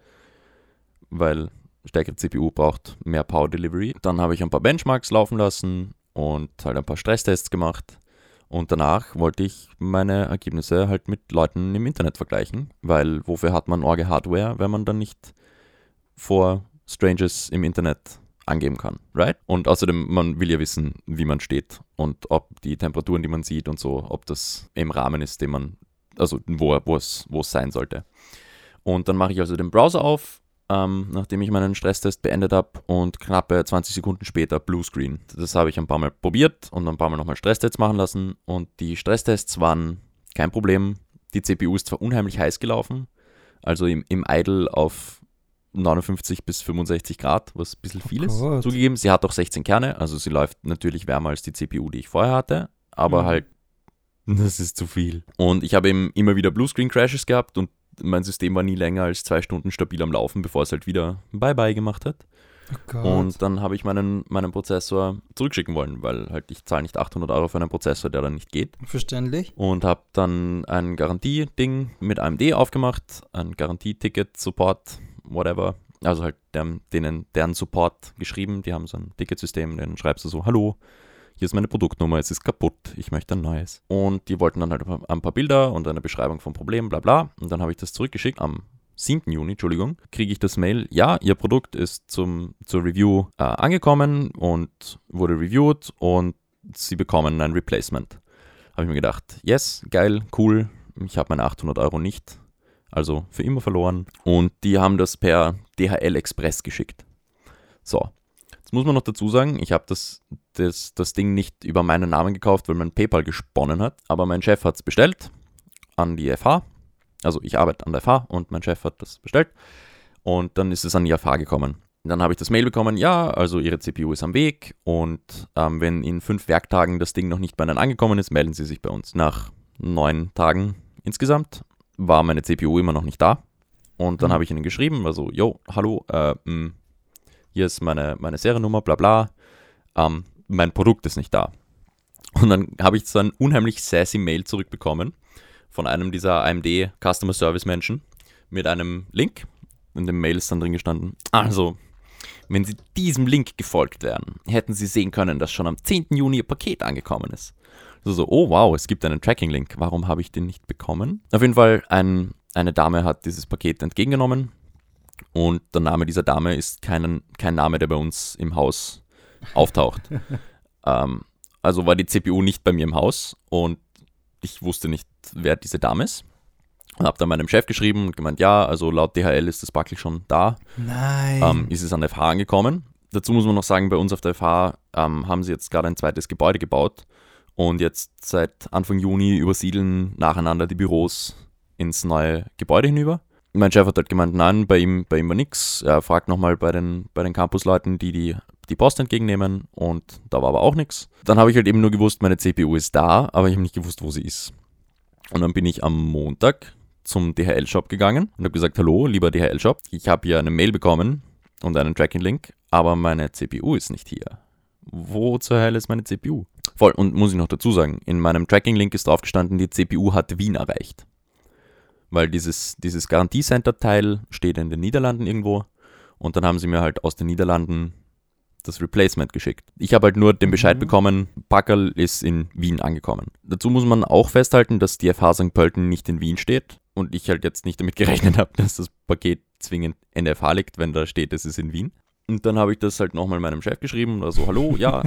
weil stärkere CPU braucht mehr Power Delivery. Dann habe ich ein paar Benchmarks laufen lassen und halt ein paar Stresstests gemacht. Und danach wollte ich meine Ergebnisse halt mit Leuten im Internet vergleichen, weil wofür hat man Orge-Hardware, wenn man dann nicht vor Strangers im Internet angeben kann, right? Und außerdem, man will ja wissen, wie man steht und ob die Temperaturen, die man sieht und so, ob das im Rahmen ist, den man, also wo es sein sollte. Und dann mache ich also den Browser auf, nachdem ich meinen Stresstest beendet habe und knappe 20 Sekunden später Bluescreen. Das habe ich ein paar Mal probiert und ein paar Mal nochmal Stresstests machen lassen und die Stresstests waren kein Problem. Die CPU ist zwar unheimlich heiß gelaufen, also im Idle auf 59 bis 65 Grad, was ein bisschen viel ist. Zugegeben, sie hat auch 16 Kerne, also sie läuft natürlich wärmer als die CPU, die ich vorher hatte, aber halt, das ist zu viel. Und ich habe eben immer wieder Bluescreen-Crashes gehabt und mein System war nie länger als 2 Stunden stabil am Laufen, bevor es halt wieder Bye-Bye gemacht hat. Und dann habe ich meinen Prozessor zurückschicken wollen, weil halt ich zahle nicht 800 Euro für einen Prozessor, der dann nicht geht. Verständlich. Und habe dann ein Garantieding mit AMD aufgemacht, ein Garantieticket, Support, whatever. Also halt deren Support geschrieben. Die haben so ein Ticketsystem, dann schreibst du so, hallo, hier ist meine Produktnummer, es ist kaputt, ich möchte ein neues. Und die wollten dann halt ein paar Bilder und eine Beschreibung vom Problem, bla bla. Und dann habe ich das zurückgeschickt. Am 7. Juni, kriege ich das Mail, ja, Ihr Produkt ist zur Review angekommen und wurde reviewed und Sie bekommen ein Replacement. Habe ich mir gedacht, yes, geil, cool, ich habe meine 800 Euro nicht, also für immer verloren. Und die haben das per DHL Express geschickt. So, jetzt muss man noch dazu sagen, ich habe das Ding nicht über meinen Namen gekauft, weil mein PayPal gesponnen hat, aber mein Chef hat es bestellt an die FH. Also ich arbeite an der FH und mein Chef hat das bestellt und dann ist es an die FH gekommen. Dann habe ich das Mail bekommen, ja, also Ihre CPU ist am Weg und wenn in 5 Werktagen das Ding noch nicht bei Ihnen angekommen ist, melden Sie sich bei uns. Nach 9 Tagen insgesamt war meine CPU immer noch nicht da und dann habe ich Ihnen geschrieben, also, jo, hallo, hier ist meine Seriennummer, bla bla, mein Produkt ist nicht da. Und dann habe ich so ein unheimlich sassy Mail zurückbekommen von einem dieser AMD Customer Service Menschen mit einem Link. In dem Mail ist dann drin gestanden, also, wenn Sie diesem Link gefolgt wären, hätten Sie sehen können, dass schon am 10. Juni Ihr Paket angekommen ist. So, oh wow, es gibt einen Tracking-Link. Warum habe ich den nicht bekommen? Auf jeden Fall, eine Dame hat dieses Paket entgegengenommen und der Name dieser Dame ist kein Name, der bei uns im Haus auftaucht. Also war die CPU nicht bei mir im Haus und ich wusste nicht, wer diese Dame ist. Und habe dann meinem Chef geschrieben und gemeint, ja, also laut DHL ist das Backel schon da. Nein. Ist es an der FH angekommen. Dazu muss man noch sagen, bei uns auf der FH haben sie jetzt gerade ein zweites Gebäude gebaut und jetzt seit Anfang Juni übersiedeln nacheinander die Büros ins neue Gebäude hinüber. Mein Chef hat halt gemeint, nein, bei ihm war nix. Er fragt nochmal bei den Campusleuten, die Post entgegennehmen und da war aber auch nichts. Dann habe ich halt eben nur gewusst, meine CPU ist da, aber ich habe nicht gewusst, wo sie ist. Und dann bin ich am Montag zum DHL-Shop gegangen und habe gesagt, hallo, lieber DHL-Shop, ich habe hier eine Mail bekommen und einen Tracking-Link, aber meine CPU ist nicht hier. Wo zur Hölle ist meine CPU? Voll, und muss ich noch dazu sagen, in meinem Tracking-Link ist drauf gestanden, die CPU hat Wien erreicht. Weil dieses Garantiecenter-Teil steht in den Niederlanden irgendwo und dann haben sie mir halt aus den Niederlanden das Replacement geschickt. Ich habe halt nur den Bescheid bekommen, Packerl ist in Wien angekommen. Dazu muss man auch festhalten, dass die FH St. Pölten nicht in Wien steht und ich halt jetzt nicht damit gerechnet habe, dass das Paket zwingend in der FH liegt, wenn da steht, es ist in Wien. Und dann habe ich das halt nochmal meinem Chef geschrieben, also hallo, ja,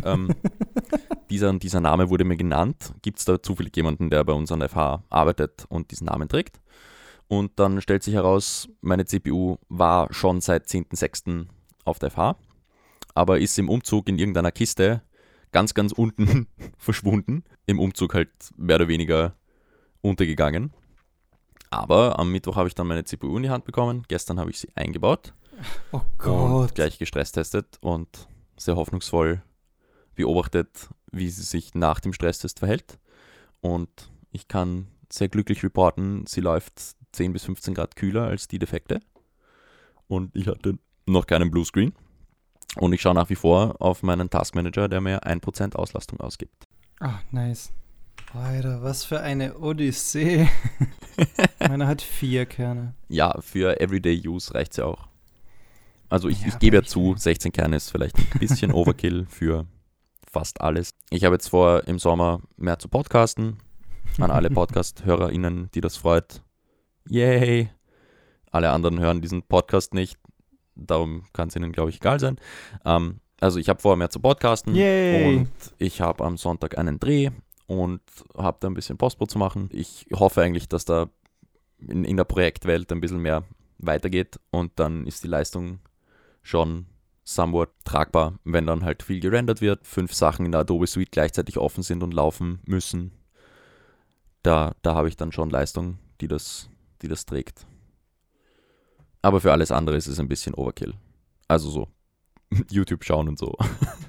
dieser Name wurde mir genannt. Gibt es da zufällig jemanden, der bei uns an der FH arbeitet und diesen Namen trägt? Und dann stellt sich heraus, meine CPU war schon seit 10.06. auf der FH, aber ist im Umzug in irgendeiner Kiste ganz, ganz unten verschwunden. im Umzug halt mehr oder weniger untergegangen. Aber am Mittwoch habe ich dann meine CPU in die Hand bekommen. Gestern habe ich sie eingebaut. Oh Gott. Und gleich gestresstestet und sehr hoffnungsvoll beobachtet, wie sie sich nach dem Stresstest verhält. Und ich kann sehr glücklich reporten, sie läuft 10 bis 15 Grad kühler als die defekte. Und ich hatte noch keinen Bluescreen. Und ich schaue nach wie vor auf meinen Taskmanager, der mir 1% Auslastung ausgibt. Ah, nice. Alter, was für eine Odyssee. Meiner hat 4 Kerne. Ja, für Everyday Use reicht es ja auch. Also ich Ja, gebe ja aber zu, 16 Kerne ist vielleicht ein bisschen Overkill für fast alles. Ich habe jetzt vor, im Sommer mehr zu podcasten. An alle Podcast-HörerInnen, die das freut. Yay! Alle anderen hören diesen Podcast nicht. Darum kann es ihnen, glaube ich, egal sein. Also ich habe vor, mehr zu podcasten. Yay! Und ich habe am Sonntag einen Dreh und habe da ein bisschen Postpro zu machen. Ich hoffe eigentlich, dass da in der Projektwelt ein bisschen mehr weitergeht und dann ist die Leistung schon somewhat tragbar, wenn dann halt viel gerendert wird, 5 Sachen in der Adobe Suite gleichzeitig offen sind und laufen müssen. Da habe ich dann schon Leistung, die das trägt. Aber für alles andere ist es ein bisschen Overkill. Also so YouTube schauen und so.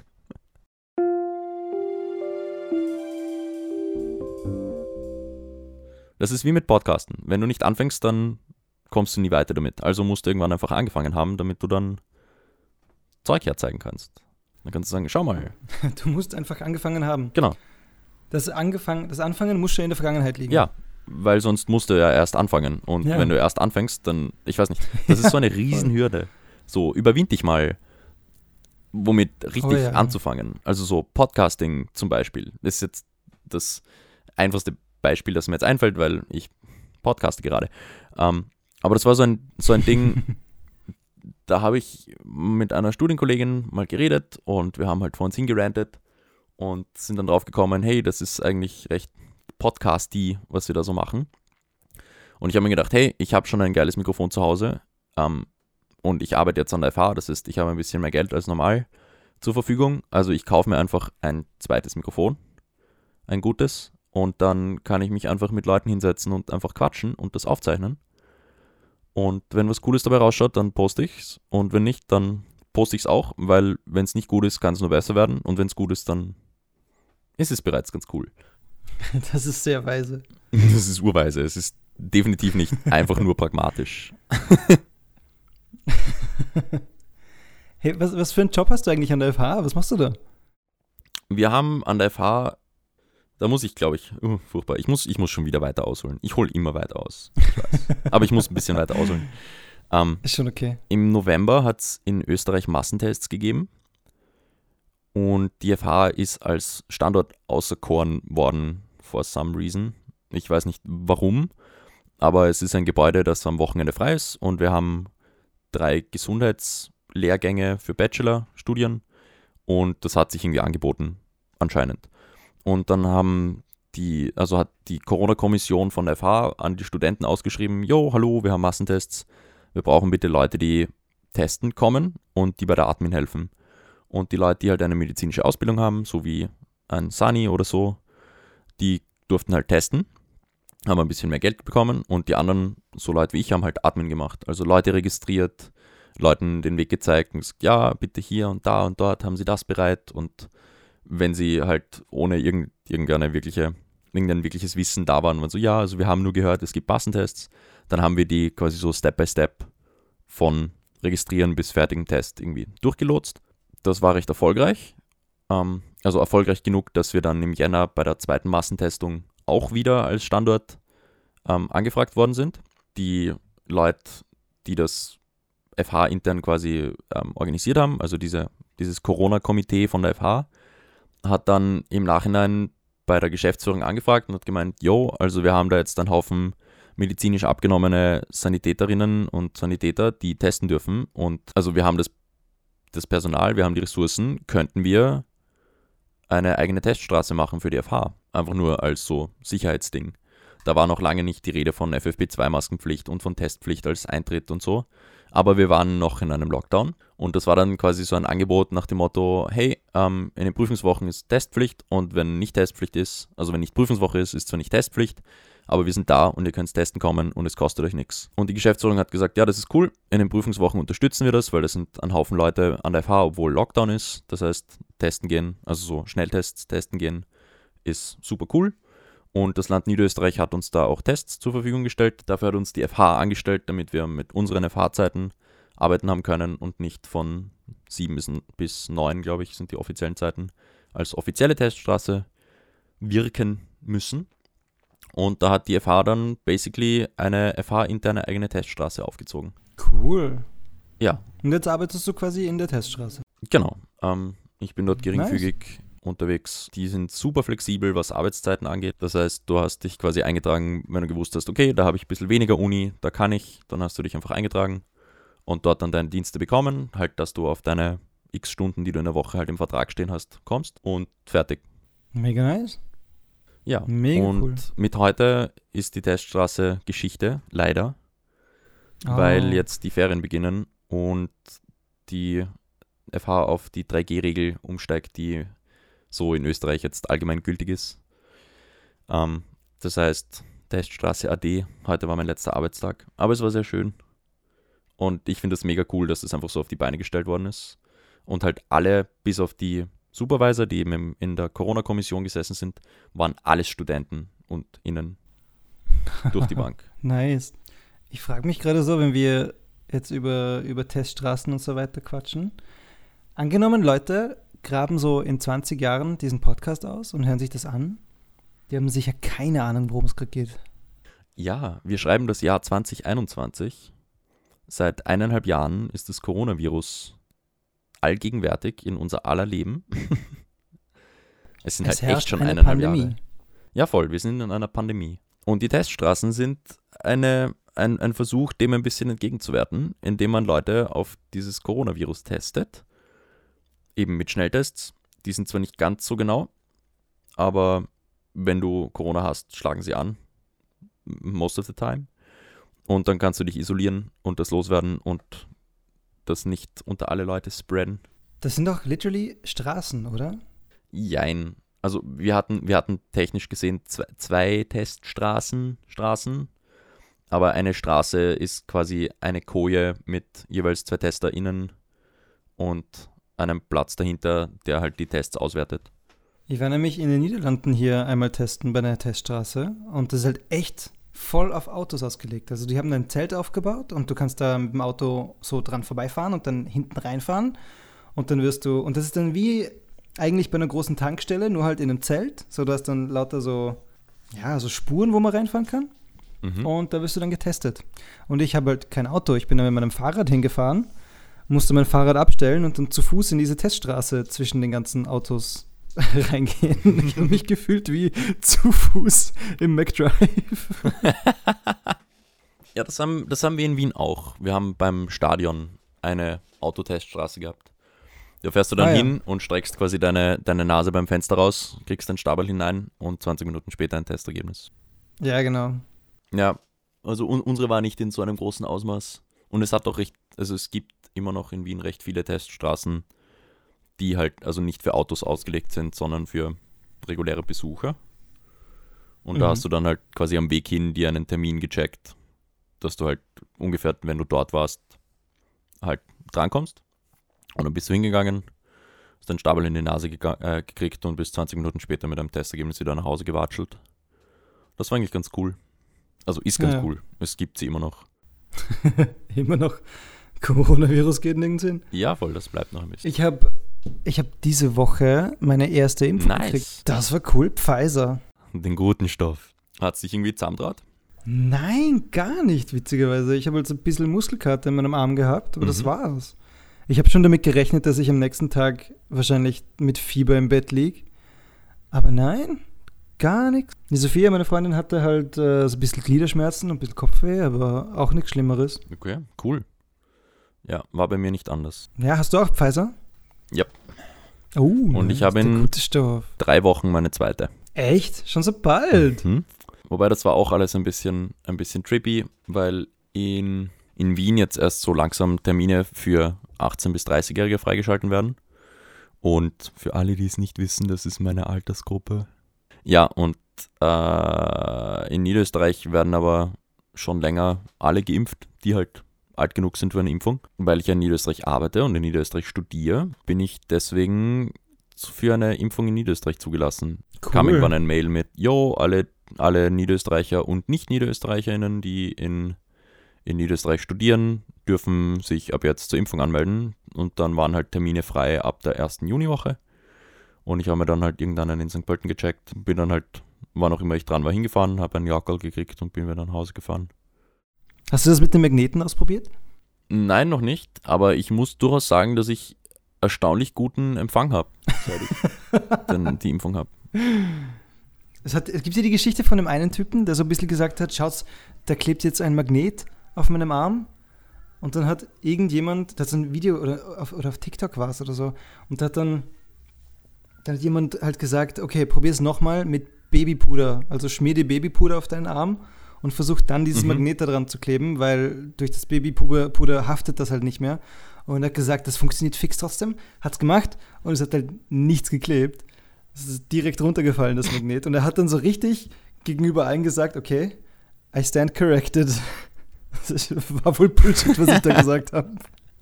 Das ist wie mit Podcasten. Wenn du nicht anfängst, dann kommst du nie weiter damit. Also musst du irgendwann einfach angefangen haben, damit du dann Zeug herzeigen kannst. Dann kannst du sagen, schau mal. Du musst einfach angefangen haben. Genau. Das Anfangen muss schon in der Vergangenheit liegen. Ja, weil sonst musst du ja erst anfangen. Und Ja. wenn du erst anfängst, dann, ich weiß nicht, das ist so eine Riesenhürde. So, überwind dich mal, womit richtig anzufangen. Also so Podcasting zum Beispiel. Das ist jetzt das einfachste Beispiel, das mir jetzt einfällt, weil ich podcaste gerade. Aber das war so ein Ding, da habe ich mit einer Studienkollegin mal geredet und wir haben halt vor uns hingerantet und sind dann drauf gekommen, hey, das ist eigentlich recht podcasty, was wir da so machen. Und ich habe mir gedacht, hey, ich habe schon ein geiles Mikrofon zu Hause und ich arbeite jetzt an der FH, das heißt, ich habe ein bisschen mehr Geld als normal zur Verfügung. Also ich kaufe mir einfach ein zweites Mikrofon, ein gutes, und dann kann ich mich einfach mit Leuten hinsetzen und einfach quatschen und das aufzeichnen. Und wenn was Cooles dabei rausschaut, dann poste ich's. Und wenn nicht, dann poste ich's auch, weil wenn es nicht gut ist, kann es nur besser werden. Und wenn es gut ist, dann ist es bereits ganz cool. Das ist sehr weise. Das ist urweise. Es ist definitiv nicht einfach nur pragmatisch. Hey, was für einen Job hast du eigentlich an der FH? Was machst du da? Wir haben an der FH, da muss ich, glaube ich, furchtbar, ich muss schon wieder weiter ausholen. Ich hole immer weiter aus, ich weiß. Aber ich muss ein bisschen weiter ausholen. Ist schon okay. Im November hat es in Österreich Massentests gegeben und die FH ist als Standort auserkoren worden for some reason. Ich weiß nicht warum, aber es ist ein Gebäude, das am Wochenende frei ist und wir haben 3 Gesundheitslehrgänge für Bachelorstudien und das hat sich irgendwie angeboten, anscheinend. Und dann hat die Corona-Kommission von der FH an die Studenten ausgeschrieben, jo, hallo, wir haben Massentests, wir brauchen bitte Leute, die testen kommen und die bei der Admin helfen. Und die Leute, die halt eine medizinische Ausbildung haben, so wie ein Sani oder so, die durften halt testen, haben ein bisschen mehr Geld bekommen und die anderen, so Leute wie ich, haben halt Admin gemacht. Also Leute registriert, Leuten den Weg gezeigt und gesagt, ja, bitte hier und da und dort haben sie das bereit und wenn sie halt ohne irgendein wirkliches Wissen da waren, so, ja, also wir haben nur gehört, es gibt Massentests, dann haben wir die quasi so Step by Step von Registrieren bis fertigen Test irgendwie durchgelotst. Das war recht erfolgreich, also erfolgreich genug, dass wir dann im Jänner bei der zweiten Massentestung auch wieder als Standort angefragt worden sind. Die Leute, die das FH intern quasi organisiert haben, also dieses Corona-Komitee von der FH, hat dann im Nachhinein bei der Geschäftsführung angefragt und hat gemeint, jo, also wir haben da jetzt einen Haufen medizinisch abgenommene Sanitäterinnen und Sanitäter, die testen dürfen und also wir haben das Personal, wir haben die Ressourcen, könnten wir eine eigene Teststraße machen für die FH, einfach nur als so Sicherheitsding. Da war noch lange nicht die Rede von FFP2-Maskenpflicht und von Testpflicht als Eintritt und so, aber wir waren noch in einem Lockdown und das war dann quasi so ein Angebot nach dem Motto, hey, in den Prüfungswochen ist Testpflicht und wenn nicht Testpflicht ist, also wenn nicht Prüfungswoche ist zwar nicht Testpflicht, aber wir sind da und ihr könnt testen kommen und es kostet euch nichts. Und die Geschäftsführung hat gesagt, ja, das ist cool, in den Prüfungswochen unterstützen wir das, weil das sind ein Haufen Leute an der FH, obwohl Lockdown ist. Das heißt, testen gehen, also so Schnelltests testen gehen, ist super cool. Und das Land Niederösterreich hat uns da auch Tests zur Verfügung gestellt. Dafür hat uns die FH angestellt, damit wir mit unseren FH-Zeiten arbeiten haben können und nicht von 7 bis 9, glaube ich, sind die offiziellen Zeiten, als offizielle Teststraße wirken müssen. Und da hat die FH dann basically eine FH-interne eigene Teststraße aufgezogen. Cool. Ja. Und jetzt arbeitest du quasi in der Teststraße. Genau. Ich bin dort geringfügig unterwegs. Die sind super flexibel, was Arbeitszeiten angeht. Das heißt, du hast dich quasi eingetragen, wenn du gewusst hast, okay, da habe ich ein bisschen weniger Uni, da kann ich, dann hast du dich einfach eingetragen und dort dann deine Dienste bekommen, halt, dass du auf deine x Stunden, die du in der Woche halt im Vertrag stehen hast, kommst und fertig. Mega nice. Ja, mega und cool. Mit heute ist die Teststraße Geschichte, leider, weil jetzt die Ferien beginnen und die FH auf die 3G-Regel umsteigt, die so in Österreich jetzt allgemein gültig ist. Das heißt, Teststraße AD, heute war mein letzter Arbeitstag, aber es war sehr schön und ich finde es mega cool, dass das einfach so auf die Beine gestellt worden ist und halt alle, bis auf die Supervisor, die eben in der Corona-Kommission gesessen sind, waren alles Studenten und innen durch die Bank. Nice. Ich frage mich gerade so, wenn wir jetzt über Teststraßen und so weiter quatschen, angenommen Leute graben so in 20 Jahren diesen Podcast aus und hören sich das an, die haben sicher keine Ahnung, worum es gerade geht. Ja, wir schreiben das Jahr 2021. Seit 1,5 Jahren ist das Coronavirus allgegenwärtig in unser aller Leben. Es sind halt echt schon 1,5 Pandemie. Jahre. Ja, voll, wir sind in einer Pandemie. Und die Teststraßen sind ein Versuch, dem ein bisschen entgegenzuwirken, indem man Leute auf dieses Coronavirus testet. Eben mit Schnelltests. Die sind zwar nicht ganz so genau, aber wenn du Corona hast, schlagen sie an. Most of the time. Und dann kannst du dich isolieren und das loswerden und das nicht unter alle Leute spreaden. Das sind doch literally Straßen, oder? Jein. Also wir hatten technisch gesehen zwei Teststraßen, aber eine Straße ist quasi eine Koje mit jeweils 2 TesterInnen und einem Platz dahinter, der halt die Tests auswertet. Ich war nämlich in den Niederlanden hier einmal testen bei einer Teststraße und das ist halt echt voll auf Autos ausgelegt. Also die haben ein Zelt aufgebaut und du kannst da mit dem Auto so dran vorbeifahren und dann hinten reinfahren und dann und das ist dann wie eigentlich bei einer großen Tankstelle, nur halt in einem Zelt, so dass dann lauter so Spuren, wo man reinfahren kann. Und da wirst du dann getestet. Und ich habe halt kein Auto, ich bin dann mit meinem Fahrrad hingefahren, musste mein Fahrrad abstellen und dann zu Fuß in diese Teststraße zwischen den ganzen Autos reingehen. Ich habe mich gefühlt wie zu Fuß im McDrive. Ja, das haben wir in Wien auch. Wir haben beim Stadion eine Autoteststraße gehabt. Da fährst du dann hin und streckst quasi deine Nase beim Fenster raus, kriegst dein Stabel hinein und 20 Minuten später ein Testergebnis. Ja, genau. Ja, also unsere war nicht in so einem großen Ausmaß. Und es gibt immer noch in Wien recht viele Teststraßen, die halt also nicht für Autos ausgelegt sind, sondern für reguläre Besucher. Und da hast du dann halt quasi am Weg hin dir einen Termin gecheckt, dass du halt ungefähr, wenn du dort warst, halt drankommst. Und dann bist du hingegangen, hast deinen Stabel in die Nase gekriegt und bist 20 Minuten später mit einem Testergebnis wieder nach Hause gewatschelt. Das war eigentlich ganz cool. Also ist ganz cool. Es gibt sie immer noch. Immer noch. Coronavirus geht nirgends hin. Ja, voll, das bleibt noch ein bisschen. Ich hab diese Woche meine erste Impfung gekriegt. Das war cool, Pfizer. Den guten Stoff. Hat es dich irgendwie zusammendraht? Nein, gar nicht, witzigerweise. Ich habe halt so ein bisschen Muskelkater in meinem Arm gehabt, aber das war's. Ich habe schon damit gerechnet, dass ich am nächsten Tag wahrscheinlich mit Fieber im Bett liege. Aber nein, gar nichts. Die Sophia, meine Freundin, hatte halt so ein bisschen Gliederschmerzen und ein bisschen Kopfweh, aber auch nichts Schlimmeres. Okay, cool. Ja, war bei mir nicht anders. Ja, hast du auch Pfizer? Ja. Oh, und ich habe in 3 Wochen meine zweite. Echt? Schon so bald? Wobei das war auch alles ein bisschen trippy, weil in in Wien jetzt erst so langsam Termine für 18- bis 30-Jährige freigeschalten werden. Und für alle, die es nicht wissen, das ist meine Altersgruppe. Ja, und in Niederösterreich werden aber schon länger alle geimpft, die halt alt genug sind für eine Impfung. Weil ich ja in Niederösterreich arbeite und in Niederösterreich studiere, bin ich deswegen für eine Impfung in Niederösterreich zugelassen. Cool. Kam irgendwann ein Mail mit, alle Niederösterreicher und Nicht-NiederösterreicherInnen, die in Niederösterreich studieren, dürfen sich ab jetzt zur Impfung anmelden. Und dann waren halt Termine frei ab der ersten Juniwoche. Und ich habe mir dann halt irgendeinen in St. Pölten gecheckt, bin dann halt, wann auch immer ich dran war, hingefahren, habe einen Jackerl gekriegt und bin wieder nach Hause gefahren. Hast du das mit den Magneten ausprobiert? Nein, noch nicht, aber ich muss durchaus sagen, dass ich erstaunlich guten Empfang habe, seit ich die Impfung habe. Es gibt ja die Geschichte von dem einen Typen, der so ein bisschen gesagt hat, schaut, da klebt jetzt ein Magnet auf meinem Arm. Und dann hat irgendjemand, das ist ein Video oder auf TikTok war es oder so, und da hat jemand halt gesagt, okay, probier es nochmal mit Babypuder, also schmier dir Babypuder auf deinen Arm und versuch dann dieses Magnet da dran zu kleben, weil durch das Babypuder haftet das halt nicht mehr. Und er hat gesagt, das funktioniert fix trotzdem, hat's gemacht und es hat halt nichts geklebt. Es ist direkt runtergefallen, das Magnet. Und er hat dann so richtig gegenüber allen gesagt, okay, I stand corrected. Das war wohl Bullshit, was ich da gesagt habe.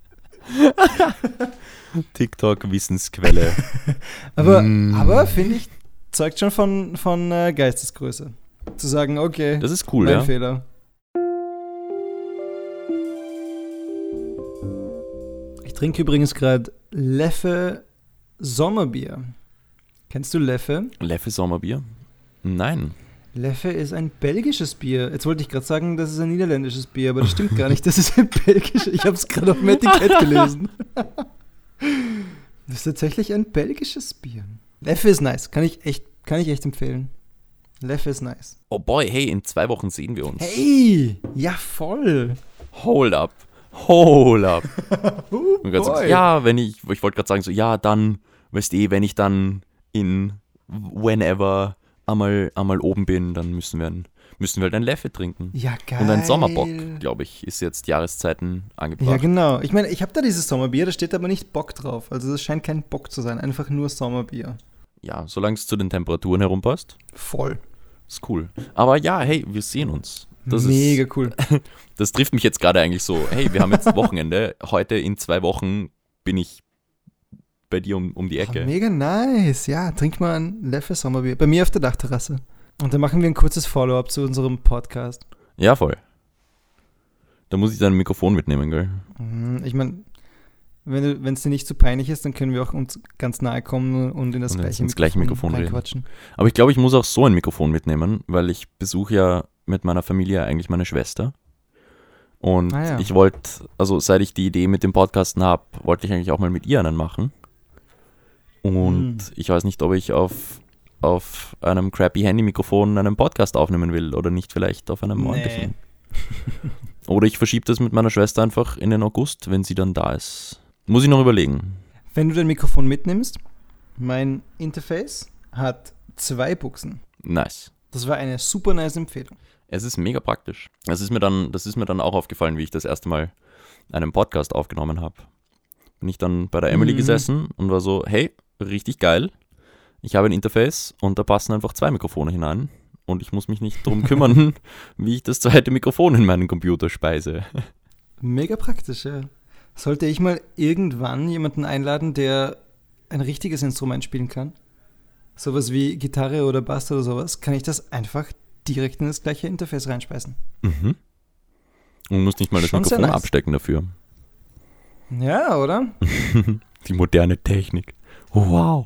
TikTok-Wissensquelle. aber finde ich, zeugt schon von Geistesgröße. Zu sagen, okay, das ist cool, mein Fehler. Ich trinke übrigens gerade Leffe Sommerbier. Kennst du Leffe? Leffe Sommerbier? Nein. Leffe ist ein belgisches Bier. Jetzt wollte ich gerade sagen, das ist ein niederländisches Bier, aber das stimmt gar nicht. Das ist ein belgisches. Ich habe es gerade auf dem Etikett gelesen. Das ist tatsächlich ein belgisches Bier. Leffe ist nice. Kann ich echt empfehlen. Leffe ist nice. Oh boy, hey, in 2 Wochen sehen wir uns. Hey, ja voll. Hold up. So, ja, ich wollte gerade sagen, so, ja, dann, weißt du, wenn ich dann in whenever einmal oben bin, dann müssen wir halt ein Leffe trinken. Ja, geil. Und ein Sommerbock, glaube ich, ist jetzt Jahreszeiten angebracht. Ja, genau. Ich meine, ich habe da dieses Sommerbier, da steht aber nicht Bock drauf. Also das scheint kein Bock zu sein, einfach nur Sommerbier. Ja, solange es zu den Temperaturen herumpasst. Voll. Ist cool. Aber ja, hey, wir sehen uns. Das mega cool. Das trifft mich jetzt gerade eigentlich so, hey, wir haben jetzt Wochenende. Heute in 2 Wochen bin ich bei dir um die Ecke. Oh, mega nice. Ja, trink mal ein Leffe Sommerbier. Bei mir auf der Dachterrasse. Und dann machen wir ein kurzes Follow-up zu unserem Podcast. Ja, voll. Da muss ich dein Mikrofon mitnehmen, gell? Ich meine, wenn es dir nicht zu peinlich ist, dann können wir auch uns ganz nahe kommen und ins gleiche Mikrofon reinquatschen. Aber ich glaube, ich muss auch so ein Mikrofon mitnehmen, weil ich besuche ja mit meiner Familie eigentlich meine Schwester. Und ich wollte, also seit ich die Idee mit dem Podcasten habe, wollte ich eigentlich auch mal mit ihr einen machen. Und ich weiß nicht, ob ich auf einem crappy Handy-Mikrofon einen Podcast aufnehmen will oder nicht vielleicht auf einem ordentlichen. Oder ich verschiebe das mit meiner Schwester einfach in den August, wenn sie dann da ist. Muss ich noch überlegen. Wenn du dein Mikrofon mitnimmst, mein Interface hat 2 Buchsen. Nice. Das war eine super nice Empfehlung. Es ist mega praktisch. Das ist mir dann auch aufgefallen, wie ich das erste Mal einen Podcast aufgenommen habe. Bin ich dann bei der Emily gesessen und war so, hey, richtig geil. Ich habe ein Interface und da passen einfach 2 Mikrofone hinein und ich muss mich nicht darum kümmern, wie ich das zweite Mikrofon in meinen Computer speise. Mega praktisch, ja. Sollte ich mal irgendwann jemanden einladen, der ein richtiges Instrument spielen kann, sowas wie Gitarre oder Bass oder sowas, kann ich das einfach direkt in das gleiche Interface reinspeisen. Mhm. Und musst nicht mal das Schon Mikrofon nice abstecken dafür. Ja, oder? Die moderne Technik. Oh, wow.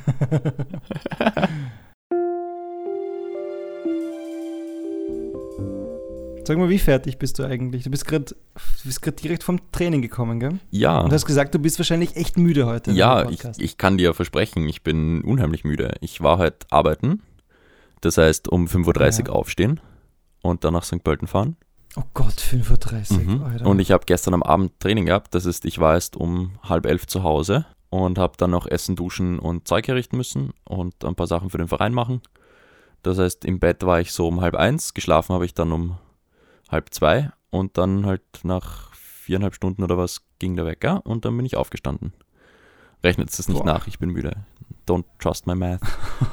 Sag mal, wie fertig bist du eigentlich? Du bist gerade direkt vom Training gekommen, gell? Ja. Und du hast gesagt, du bist wahrscheinlich echt müde heute. Ja, ich kann dir versprechen, ich bin unheimlich müde. Ich war heute arbeiten, das heißt um 5.30 Uhr aufstehen und dann nach St. Pölten fahren. Oh Gott, 5.30 Uhr, Alter. Und ich habe gestern am Abend Training gehabt, das heißt, ich war erst um 10:30 zu Hause und habe dann noch Essen, Duschen und Zeug herrichten müssen und ein paar Sachen für den Verein machen. Das heißt, im Bett war ich so um 12:30, geschlafen habe ich dann um 1:30 und dann halt nach 4,5 Stunden oder was ging der Wecker und dann bin ich aufgestanden. Rechnet es nicht nach, ich bin müde. Don't trust my math.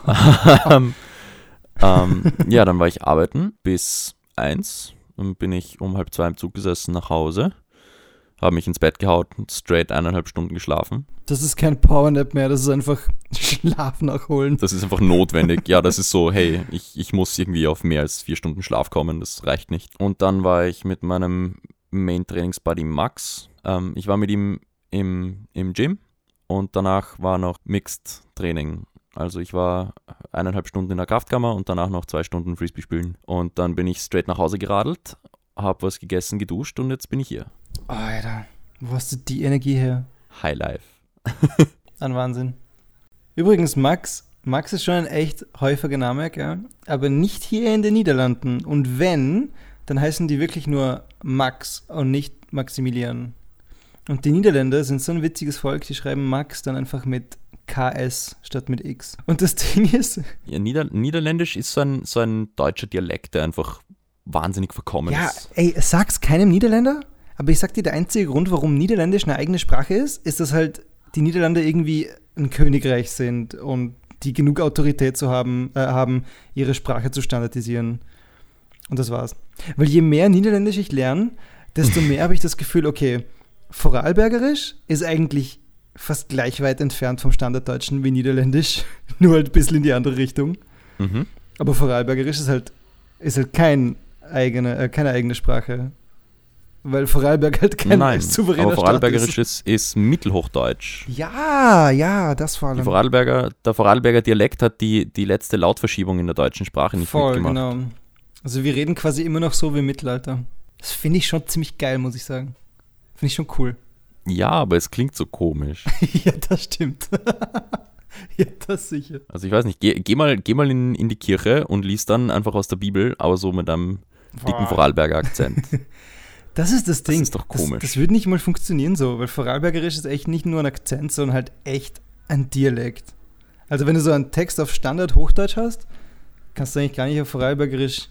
Ja, dann war ich arbeiten bis 1 und bin ich um 1:30 im Zug gesessen nach Hause, habe mich ins Bett gehauen und straight 1,5 Stunden geschlafen. Das ist kein Powernap mehr, das ist einfach Schlaf nachholen. Das ist einfach notwendig. Ja, das ist so, hey, ich muss irgendwie auf mehr als 4 Stunden Schlaf kommen, das reicht nicht. Und dann war ich mit meinem Main-Trainingsbuddy Max. Ich war mit ihm im Gym und danach war noch Mixed Training. Also ich war 1,5 Stunden in der Kraftkammer und danach noch 2 Stunden Frisbee spielen. Und dann bin ich straight nach Hause geradelt, habe was gegessen, geduscht und jetzt bin ich hier. Alter, wo hast du die Energie her? High Life. Ein Wahnsinn. Übrigens, Max ist schon ein echt häufiger Name, gell? Aber nicht hier in den Niederlanden. Und wenn, dann heißen die wirklich nur Max und nicht Maximilian. Und die Niederländer sind so ein witziges Volk, die schreiben Max dann einfach mit KS statt mit X. Und das Ding ist... Ja, Niederländisch ist so ein deutscher Dialekt, der einfach wahnsinnig verkommen ist. Ja, ey, sag's keinem Niederländer, aber ich sag dir, der einzige Grund, warum Niederländisch eine eigene Sprache ist, dass halt die Niederlande irgendwie ein Königreich sind und die genug Autorität zu haben, ihre Sprache zu standardisieren. Und das war's. Weil je mehr Niederländisch ich lerne, desto mehr habe ich das Gefühl, okay, Vorarlbergerisch ist eigentlich fast gleich weit entfernt vom Standarddeutschen wie Niederländisch, nur halt ein bisschen in die andere Richtung. Mhm. Aber Vorarlbergerisch ist halt keine eigene Sprache. Weil Vorarlberg halt kein souveräner aber Vorarlbergerisch Staat ist. ist Mittelhochdeutsch. Ja, das vor allem. Der Vorarlberger Dialekt hat die letzte Lautverschiebung in der deutschen Sprache nicht mitgemacht. Genau. Also wir reden quasi immer noch so wie im Mittelalter. Das finde ich schon ziemlich geil, muss ich sagen. Finde ich schon cool. Ja, aber es klingt so komisch. Ja, das stimmt. Ja, das sicher. Also ich weiß nicht, geh mal in die Kirche und lies dann einfach aus der Bibel, aber so mit einem dicken Vorarlberger Akzent. Das ist das Ding. Das ist doch komisch. Das würde nicht mal funktionieren so, weil Vorarlbergerisch ist echt nicht nur ein Akzent, sondern halt echt ein Dialekt. Also wenn du so einen Text auf Standard-Hochdeutsch hast, kannst du eigentlich gar nicht auf Vorarlbergerisch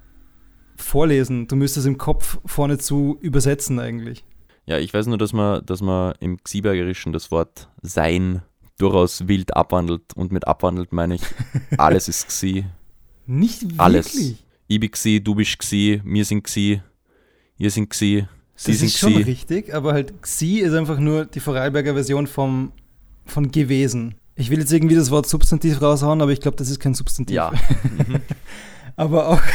vorlesen. Du müsstest im Kopf vorne zu übersetzen eigentlich. Ja, ich weiß nur, dass man im Xibergerischen das Wort sein durchaus wild abwandelt. Und mit abwandelt meine ich, alles ist Xi. Nicht wirklich? Alles. Ich bin Xi, du bist Xi, wir sind Xi, ihr sind Xi, sie das sind ist schon Xi. richtig, aber halt Xi ist einfach nur die Vorarlberger Version von gewesen. Ich will jetzt irgendwie das Wort Substantiv raushauen, aber ich glaube, das ist kein Substantiv. Ja. Mhm. Aber auch...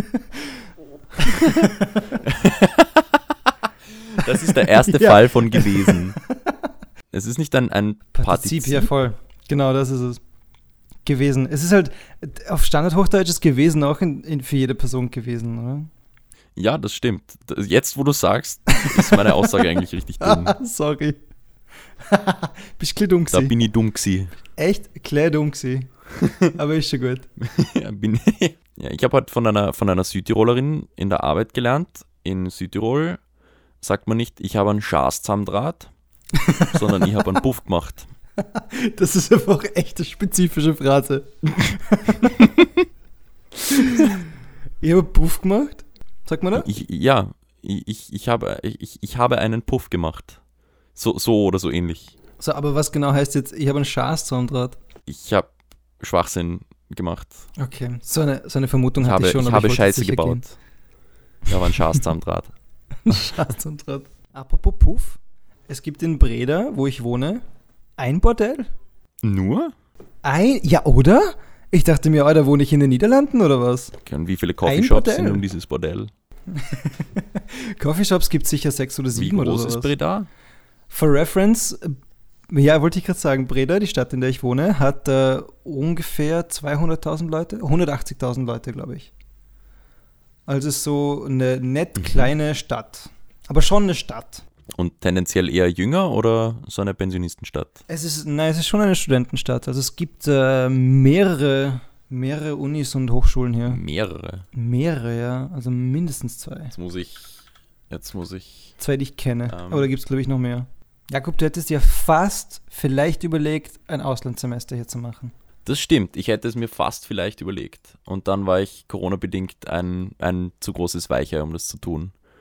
Das ist der erste Fall von gewesen. Es ist nicht ein Partizip. Ja, voll. Genau, das ist es. Gewesen. Es ist halt, auf Standardhochdeutsch ist gewesen auch für jede Person gewesen, oder? Ja, das stimmt. Jetzt, wo du sagst, ist meine Aussage eigentlich richtig dumm. Sorry. Bist du dumm Da gewesen? bin ich dumm gewesen. Echt klar dumm gewesen. Aber ist schon gut. Ich habe halt von einer Südtirolerin in der Arbeit gelernt. In Südtirol sagt man nicht, ich habe einen Schaß zusammendraht, sondern ich habe einen Puff gemacht. Das ist einfach echt eine spezifische Phrase. Ich habe Puff gemacht? Sagt man das? Ich habe einen Puff gemacht. So oder so ähnlich. So, aber was genau heißt jetzt, ich habe einen Schaß zusammendraht? Ich habe Schwachsinn gemacht. Okay, so eine Vermutung hatte ich schon. Ich habe Scheiße gebaut. Ich habe einen Schaß zusammendraht. Schaß zusammendraht. Apropos Puff, es gibt in Breda, wo ich wohne, ein Bordell. Nur? Ja, oder? Ich dachte mir, da wohne ich in den Niederlanden oder was? Okay, und wie viele Coffeeshops sind um dieses Bordell? Coffeeshops gibt es sicher 6 oder 7 oder so. Wie groß ist Breda? For reference, ja, wollte ich gerade sagen, Breda, die Stadt, in der ich wohne, hat ungefähr 200.000 Leute, 180.000 Leute, glaube ich. Also so eine nett kleine Stadt. Aber schon eine Stadt. Und tendenziell eher jünger oder so eine Pensionistenstadt? Es ist schon eine Studentenstadt. Also es gibt mehrere Unis und Hochschulen hier. Mehrere, ja. Also mindestens 2. Jetzt muss ich... 2, die ich kenne. Aber da gibt es, glaube ich, noch mehr. Jakob, du hättest dir vielleicht überlegt, ein Auslandssemester hier zu machen. Das stimmt. Ich hätte es mir fast vielleicht überlegt. Und dann war ich Corona-bedingt ein zu großes Weichei, um das zu tun.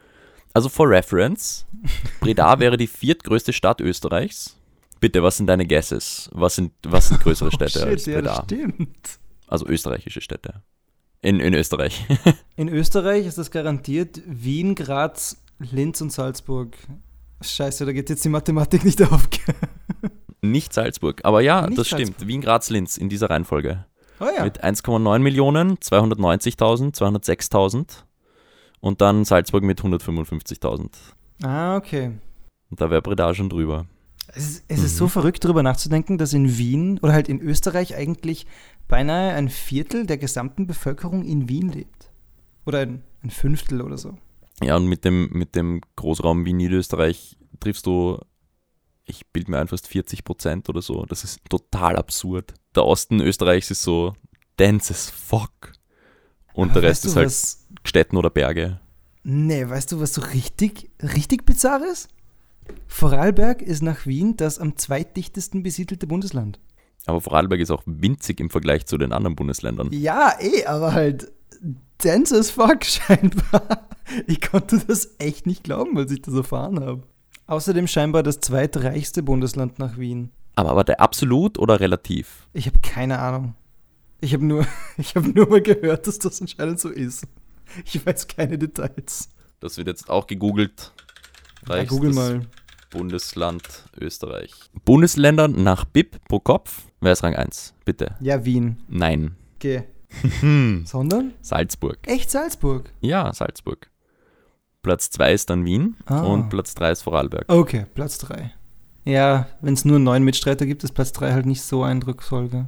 Also for reference, Breda wäre die viertgrößte Stadt Österreichs. Bitte, was sind deine Guesses? Was sind größere Städte als Ja, Breda? das stimmt. Also österreichische Städte. In Österreich. In Österreich ist das garantiert Wien, Graz, Linz und Salzburg. Scheiße, da geht jetzt die Mathematik nicht auf. Nicht Salzburg. Aber ja, Nicht das stimmt. Salzburg. Wien, Graz, Linz in dieser Reihenfolge. Oh ja. Mit 1,9 Millionen, 290.000, 206.000 und dann Salzburg mit 155.000. Ah, okay. Und da wäre Breda schon drüber. Es ist so verrückt, darüber nachzudenken, dass in Wien oder halt in Österreich eigentlich beinahe ein Viertel der gesamten Bevölkerung in Wien lebt. Oder ein Fünftel oder so. Ja, und mit dem Großraum Wien-Niederösterreich triffst du, ich bilde mir ein, fast 40% oder so. Das ist total absurd. Der Osten Österreichs ist so dense as fuck. Und Aber der Rest weißt ist du, halt was- Städten oder Berge. Nee, weißt du, was so richtig bizarr ist? Vorarlberg ist nach Wien das am zweitdichtesten besiedelte Bundesland. Aber Vorarlberg ist auch winzig im Vergleich zu den anderen Bundesländern. Ja, aber halt dense as fuck scheinbar. Ich konnte das echt nicht glauben, als ich das erfahren habe. Außerdem scheinbar das zweitreichste Bundesland nach Wien. Aber der absolut oder relativ? Ich habe keine Ahnung. Ich habe nur mal gehört, dass das anscheinend so ist. Ich weiß keine Details. Das wird jetzt auch gegoogelt. Ja, google mal. Bundesland Österreich. Bundesländer nach BIP pro Kopf. Wer ist Rang 1? Bitte. Ja, Wien. Nein. Geh. Sondern? Salzburg. Echt Salzburg? Ja, Salzburg. Platz 2 ist dann Wien Ah. und Platz 3 ist Vorarlberg. Okay, Platz 3. Ja, wenn es nur 9 Mitstreiter gibt, ist Platz 3 halt nicht so eindrucksvoll, gell?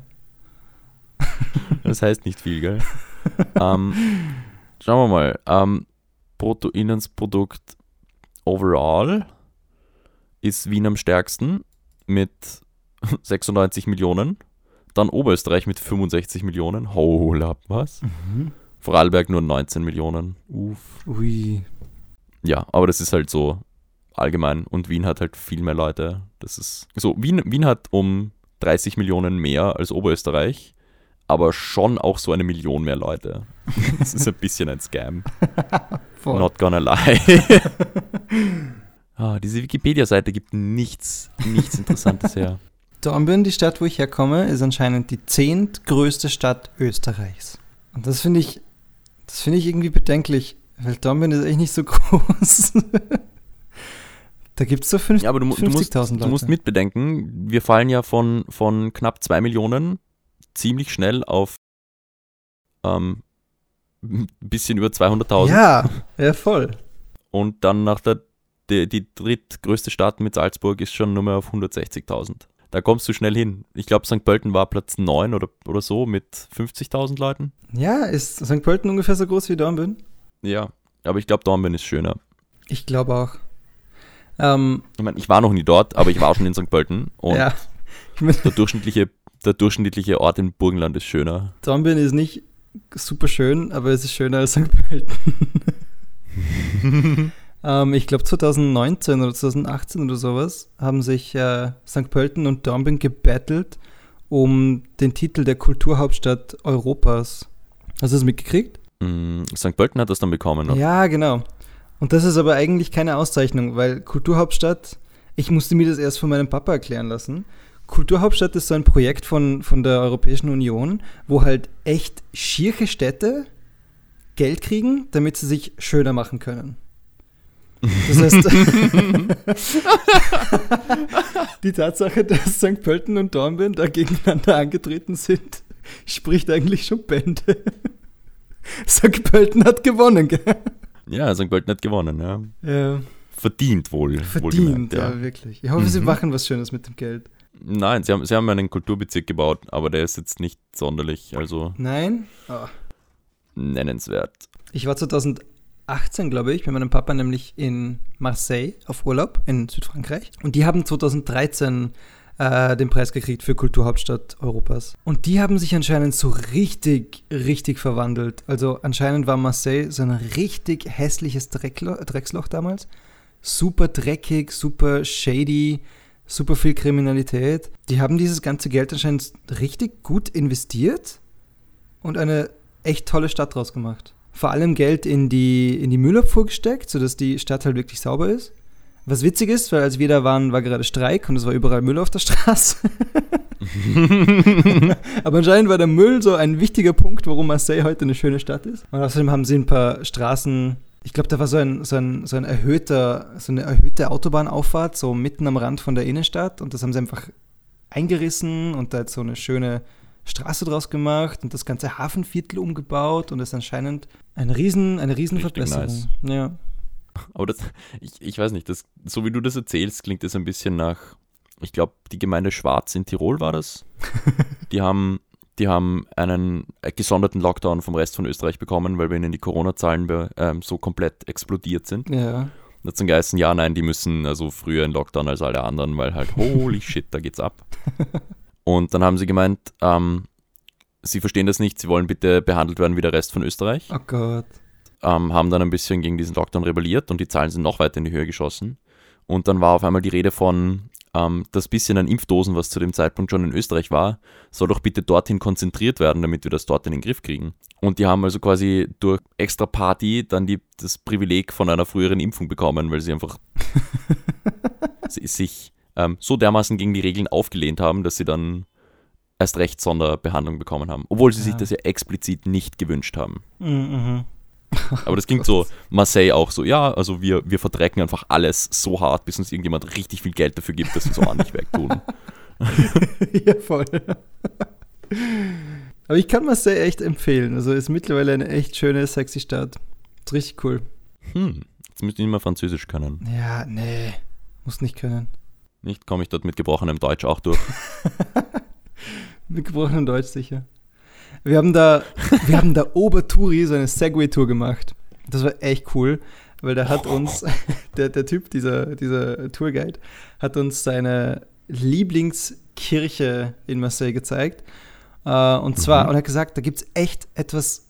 Das heißt nicht viel, gell? Schauen wir mal. Bruttoinlandsprodukt overall ist Wien am stärksten mit 96 Millionen. Dann Oberösterreich mit 65 Millionen. Hold up, was? Vorarlberg nur 19 Millionen. Uff. Ui. Ja, aber das ist halt so allgemein. Und Wien hat halt viel mehr Leute. Das ist so, Wien hat um 30 Millionen mehr als Oberösterreich, aber schon auch so 1 Million mehr Leute. Das ist ein bisschen ein Scam. Voll. Not gonna lie. Diese Wikipedia-Seite gibt nichts Interessantes her. Dornbirn, die Stadt, wo ich herkomme, ist anscheinend die 10. größte Stadt Österreichs. Und das finde ich irgendwie bedenklich, weil Dornbirn ist echt nicht so groß. Da gibt es so Ja, aber du 50.000 Leute. du musst mitbedenken, wir fallen ja von knapp 2 Millionen ziemlich schnell auf ein bisschen über 200.000. Ja, voll. Und dann die drittgrößte Stadt mit Salzburg ist schon nur mehr auf 160.000. Da kommst du schnell hin. Ich glaube, St. Pölten war Platz 9 oder so mit 50.000 Leuten. Ja, ist St. Pölten ungefähr so groß wie Dornbirn? Ja, aber ich glaube, Dornbirn ist schöner. Ich glaube auch. Ich meine, ich war noch nie dort, aber ich war auch schon in St. Pölten. Und Ja. Ich mein, der durchschnittliche Ort im Burgenland ist schöner. Dornbirn ist nicht super schön, aber es ist schöner als St. Pölten. Ich glaube 2019 oder 2018 oder sowas haben sich St. Pölten und Dornbirn gebettelt um den Titel der Kulturhauptstadt Europas. Hast du das mitgekriegt? St. Pölten hat das dann bekommen. Noch. Ja, genau. Und das ist aber eigentlich keine Auszeichnung, weil Kulturhauptstadt, ich musste mir das erst von meinem Papa erklären lassen. Kulturhauptstadt ist so ein Projekt von der Europäischen Union, wo halt echt schiere Städte Geld kriegen, damit sie sich schöner machen können. Das heißt, die Tatsache, dass St. Pölten und Dornbirn da gegeneinander angetreten sind, spricht eigentlich schon Bände. St. Pölten hat gewonnen, gell? Ja, St. Pölten hat gewonnen, ja. Ja. Verdient wohl. Verdient, wohlgemerkt, ja, wirklich. Ich hoffe, sie machen was Schönes mit dem Geld. Nein, sie haben einen Kulturbezirk gebaut, aber der ist jetzt nicht sonderlich, also Nein? Oh. nennenswert. Ich war 2018, glaube ich, mit meinem Papa nämlich in Marseille auf Urlaub in Südfrankreich. Und die haben 2013 den Preis gekriegt für Kulturhauptstadt Europas. Und die haben sich anscheinend so richtig verwandelt. Also anscheinend war Marseille so ein richtig hässliches Drecksloch damals. Super dreckig, super shady, super viel Kriminalität. Die haben dieses ganze Geld anscheinend richtig gut investiert und eine echt tolle Stadt draus gemacht. vor allem Geld in die Müllabfuhr gesteckt, sodass die Stadt halt wirklich sauber ist. Was witzig ist, weil als wir da waren, war gerade Streik und es war überall Müll auf der Straße. Aber anscheinend war der Müll so ein wichtiger Punkt, warum Marseille heute eine schöne Stadt ist. Und außerdem haben sie ein paar Straßen, ich glaube, da war so eine erhöhte Autobahnauffahrt, so mitten am Rand von der Innenstadt, und das haben sie einfach eingerissen und da jetzt so eine schöne Straße draus gemacht und das ganze Hafenviertel umgebaut und das ist anscheinend eine riesen Verbesserung. Nice. Ja. Aber das, ich weiß nicht, so wie du das erzählst, klingt das ein bisschen nach, ich glaube, die Gemeinde Schwarz in Tirol war das. Die haben einen gesonderten Lockdown vom Rest von Österreich bekommen, weil bei ihnen die Corona-Zahlen so komplett explodiert sind. Ja. Und hat zum geheißen, ja, nein, die müssen also früher in Lockdown als alle anderen, weil halt, holy shit, da geht's ab. Und dann haben sie gemeint, sie verstehen das nicht, sie wollen bitte behandelt werden wie der Rest von Österreich. Oh Gott. Haben dann ein bisschen gegen diesen Lockdown rebelliert und die Zahlen sind noch weiter in die Höhe geschossen. Und dann war auf einmal die Rede von, das bisschen an Impfdosen, was zu dem Zeitpunkt schon in Österreich war, soll doch bitte dorthin konzentriert werden, damit wir das dort in den Griff kriegen. Und die haben also quasi durch extra Party dann das Privileg von einer früheren Impfung bekommen, weil sie einfach sich so dermaßen gegen die Regeln aufgelehnt haben, dass sie dann erst recht Sonderbehandlung bekommen haben. Obwohl sie sich das ja explizit nicht gewünscht haben. Mhm. Aber das klingt so, Marseille auch so, ja, also wir verdrecken einfach alles so hart, bis uns irgendjemand richtig viel Geld dafür gibt, dass wir so ordentlich wegtun. Ja, voll. Aber ich kann Marseille echt empfehlen. Also ist mittlerweile eine echt schöne, sexy Stadt. Ist richtig cool. Jetzt müsste ich nicht mehr Französisch können. Ja, nee, muss nicht können. Nicht komme ich dort mit gebrochenem Deutsch auch durch. Mit gebrochenem Deutsch sicher. Wir haben da Oberturi so eine Segway-Tour gemacht. Das war echt cool, weil da hat uns, der Typ, dieser Tourguide, hat uns seine Lieblingskirche in Marseille gezeigt. Und zwar, und er hat gesagt, da gibt es echt etwas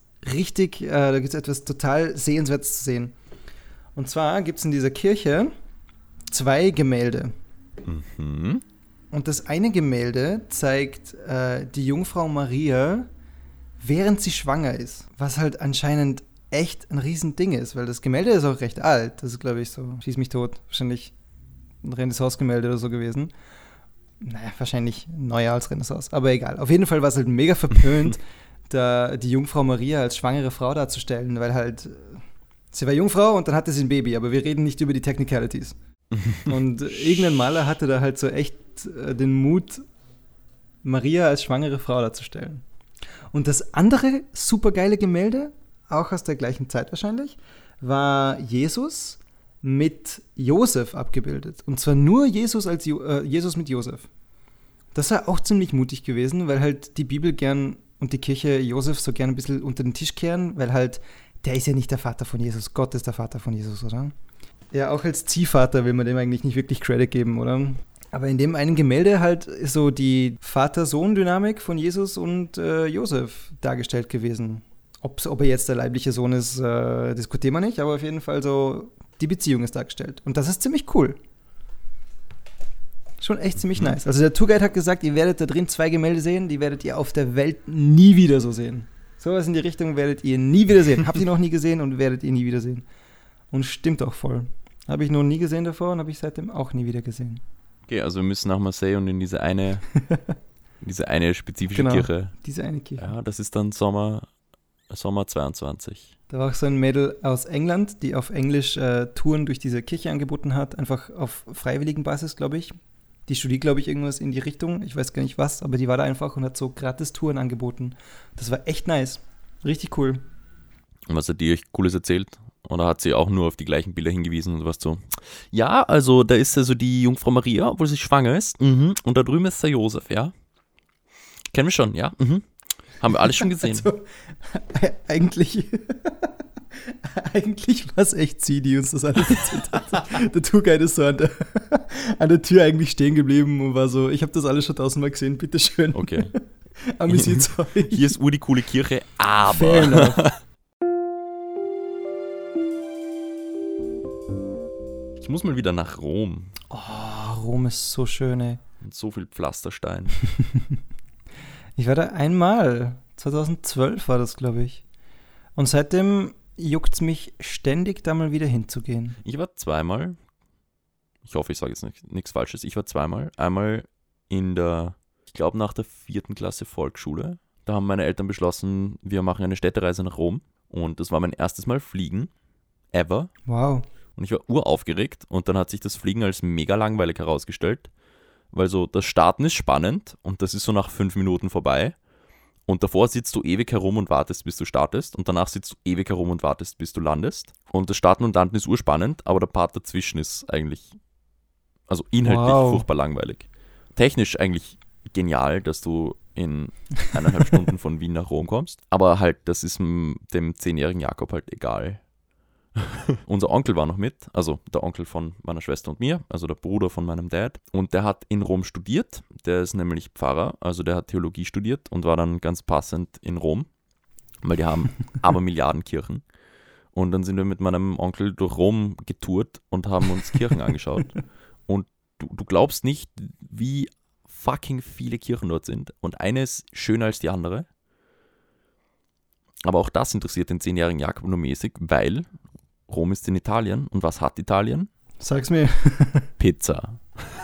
total Sehenswertes zu sehen. Und zwar gibt es in dieser Kirche 2 Gemälde. Mhm. Und das eine Gemälde zeigt die Jungfrau Maria, während sie schwanger ist. Was halt anscheinend echt ein Riesending ist, weil das Gemälde ist auch recht alt. Das ist, glaube ich, so, schieß mich tot, wahrscheinlich ein Renaissance-Gemälde oder so gewesen. Naja, wahrscheinlich neuer als Renaissance, aber egal. Auf jeden Fall war es halt mega verpönt, da die Jungfrau Maria als schwangere Frau darzustellen, weil halt, sie war Jungfrau und dann hatte sie ein Baby, aber wir reden nicht über die Technicalities. Und irgendein Maler hatte da halt so echt den Mut, Maria als schwangere Frau darzustellen. Und das andere supergeile Gemälde, auch aus der gleichen Zeit wahrscheinlich, war Jesus mit Josef abgebildet. Und zwar nur Jesus als Jesus mit Josef. Das war auch ziemlich mutig gewesen, weil halt die Bibel gern und die Kirche Josef so gern ein bisschen unter den Tisch kehren, weil halt, der ist ja nicht der Vater von Jesus, Gott ist der Vater von Jesus, oder? Ja, auch als Ziehvater will man dem eigentlich nicht wirklich Credit geben, oder? Aber in dem einen Gemälde halt ist so die Vater-Sohn-Dynamik von Jesus und Josef dargestellt gewesen. Ob er jetzt der leibliche Sohn ist, diskutieren wir nicht, aber auf jeden Fall so, die Beziehung ist dargestellt. Und das ist ziemlich cool. Schon echt ziemlich nice. Also der Tourguide hat gesagt, ihr werdet da drin 2 Gemälde sehen, die werdet ihr auf der Welt nie wieder so sehen. Sowas in die Richtung werdet ihr nie wieder sehen. Habt ihr noch nie gesehen und werdet ihr nie wieder sehen. Und stimmt auch voll. Habe ich noch nie gesehen davor und habe ich seitdem auch nie wieder gesehen. Okay, also wir müssen nach Marseille und in diese eine spezifische Kirche. Diese eine Kirche. Ja, das ist dann Sommer 22. Da war auch so ein Mädel aus England, die auf Englisch Touren durch diese Kirche angeboten hat, einfach auf freiwilligen Basis, glaube ich. Die studiert, glaube ich, irgendwas in die Richtung, ich weiß gar nicht was, aber die war da einfach und hat so gratis Touren angeboten. Das war echt nice, richtig cool. Und was hat die euch Cooles erzählt? Oder hat sie auch nur auf die gleichen Bilder hingewiesen und was so? Ja, also da ist also die Jungfrau Maria, obwohl sie schwanger ist. Mhm. Und da drüben ist der Josef, ja. Kennen wir schon, ja. Mhm. Haben wir alles schon gesehen. Also, eigentlich war es echt sie, die uns das alles erzählt hat. Der Tourguide ist so an der Tür eigentlich stehen geblieben und war so, ich habe das alles schon 1000-mal gesehen, bitteschön. Okay. Amüsiert euch. Hier ist die coole Kirche, aber... Fair enough. Ich muss mal wieder nach Rom. Oh, Rom ist so schön, ey. Und so viel Pflasterstein. Ich war da einmal, 2012 war das, glaube ich. Und seitdem juckt es mich ständig, da mal wieder hinzugehen. Ich war zweimal, ich hoffe, ich sage jetzt nichts Falsches, ich war zweimal. Einmal ich glaube nach der 4. Klasse Volksschule. Da haben meine Eltern beschlossen, wir machen eine Städtereise nach Rom. Und das war mein erstes Mal Fliegen, ever. Wow. Und ich war uraufgeregt und dann hat sich das Fliegen als mega langweilig herausgestellt, weil so das Starten ist spannend und das ist so nach 5 Minuten vorbei und davor sitzt du ewig herum und wartest, bis du startest und danach sitzt du ewig herum und wartest, bis du landest und das Starten und Landen ist urspannend, aber der Part dazwischen ist eigentlich, also inhaltlich furchtbar langweilig. Technisch eigentlich genial, dass du in 1,5 Stunden von Wien nach Rom kommst, aber halt, das ist dem 10-jährigen Jakob halt egal. Unser Onkel war noch mit, also der Onkel von meiner Schwester und mir, also der Bruder von meinem Dad. Und der hat in Rom studiert, der ist nämlich Pfarrer, also der hat Theologie studiert und war dann ganz passend in Rom, weil die haben aber Milliarden Kirchen. Und dann sind wir mit meinem Onkel durch Rom getourt und haben uns Kirchen angeschaut. Und du glaubst nicht, wie fucking viele Kirchen dort sind. Und eine ist schöner als die andere. Aber auch das interessiert den 10-jährigen Jakob nur mäßig, weil Rom ist in Italien. Und was hat Italien? Sag's mir. Pizza.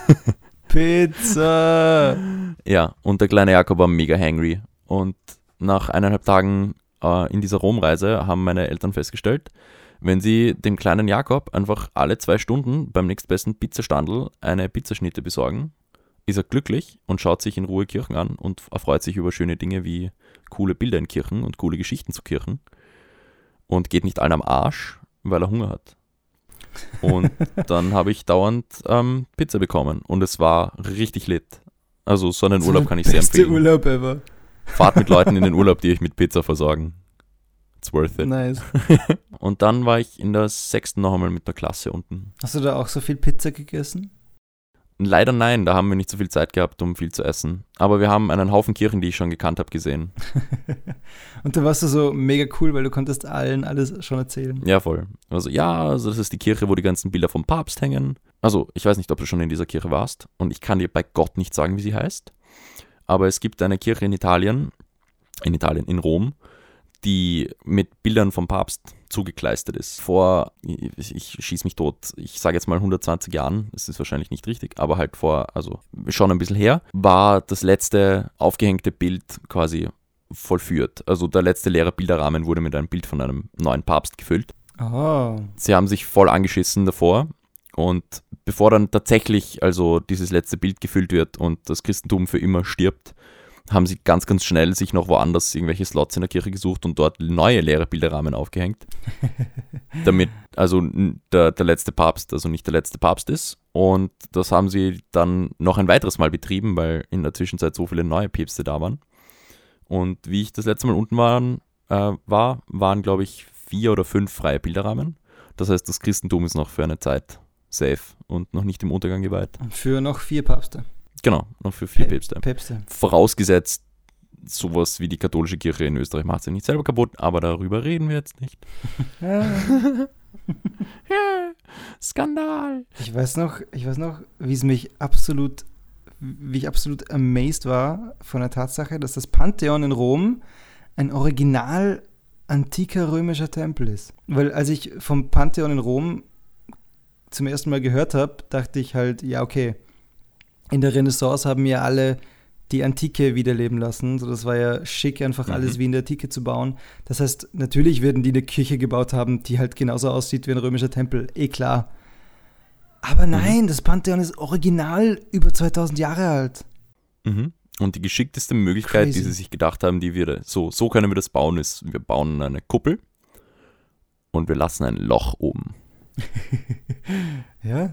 Pizza! Ja, und der kleine Jakob war mega hangry. Und nach 1,5 Tagen in dieser Romreise haben meine Eltern festgestellt, wenn sie dem kleinen Jakob einfach alle 2 Stunden beim nächstbesten Pizzastandl eine Pizzaschnitte besorgen, ist er glücklich und schaut sich in Ruhe Kirchen an und erfreut sich über schöne Dinge wie coole Bilder in Kirchen und coole Geschichten zu Kirchen und geht nicht allen am Arsch, weil er Hunger hat. Und dann habe ich dauernd Pizza bekommen und es war richtig lit. Also so einen Urlaub kann ich sehr empfehlen. Beste Urlaub ever. Fahrt mit Leuten in den Urlaub, die euch mit Pizza versorgen. It's worth it. Nice. Und dann war ich in der 6. noch einmal mit der Klasse unten. Hast du da auch so viel Pizza gegessen? Leider nein, da haben wir nicht so viel Zeit gehabt, um viel zu essen. Aber wir haben einen Haufen Kirchen, die ich schon gekannt habe, gesehen. Und da warst du so mega cool, weil du konntest allen alles schon erzählen. Ja, voll. Also das ist die Kirche, wo die ganzen Bilder vom Papst hängen. Also ich weiß nicht, ob du schon in dieser Kirche warst. Und ich kann dir bei Gott nicht sagen, wie sie heißt. Aber es gibt eine Kirche in Rom, die mit Bildern vom Papst zugekleistert ist. Vor, ich schieß mich tot, ich sage jetzt mal 120 Jahren, das ist wahrscheinlich nicht richtig, aber halt also schon ein bisschen her, war das letzte aufgehängte Bild quasi vollführt. Also der letzte leere Bilderrahmen wurde mit einem Bild von einem neuen Papst gefüllt. Oh. Sie haben sich voll angeschissen davor und bevor dann tatsächlich also dieses letzte Bild gefüllt wird und das Christentum für immer stirbt, haben sie ganz, ganz schnell sich noch woanders irgendwelche Slots in der Kirche gesucht und dort neue leere Bilderrahmen aufgehängt, damit also der letzte Papst, also nicht der letzte Papst ist. Und das haben sie dann noch ein weiteres Mal betrieben, weil in der Zwischenzeit so viele neue Päpste da waren. Und wie ich das letzte Mal unten waren glaube ich 4 oder 5 freie Bilderrahmen. Das heißt, das Christentum ist noch für eine Zeit safe und noch nicht im Untergang geweiht. Und für noch 4 Papste. Genau, noch für 4 Päpste. Päpste. Vorausgesetzt, sowas wie die katholische Kirche in Österreich macht sie nicht selber kaputt, aber darüber reden wir jetzt nicht. Skandal! Ich weiß noch, wie ich absolut amazed war von der Tatsache, dass das Pantheon in Rom ein original antiker römischer Tempel ist. Weil als ich vom Pantheon in Rom zum ersten Mal gehört habe, dachte ich halt, ja okay, in der Renaissance haben ja alle die Antike wiederleben lassen. So, das war ja schick, einfach alles wie in der Antike zu bauen. Das heißt, natürlich werden die eine Kirche gebaut haben, die halt genauso aussieht wie ein römischer Tempel. Klar. Aber nein, das Pantheon ist original über 2000 Jahre alt. Mhm. Und die geschickteste Möglichkeit, Crazy. die sie sich gedacht haben, so können wir das bauen, ist, wir bauen eine Kuppel und wir lassen ein Loch oben. Ja.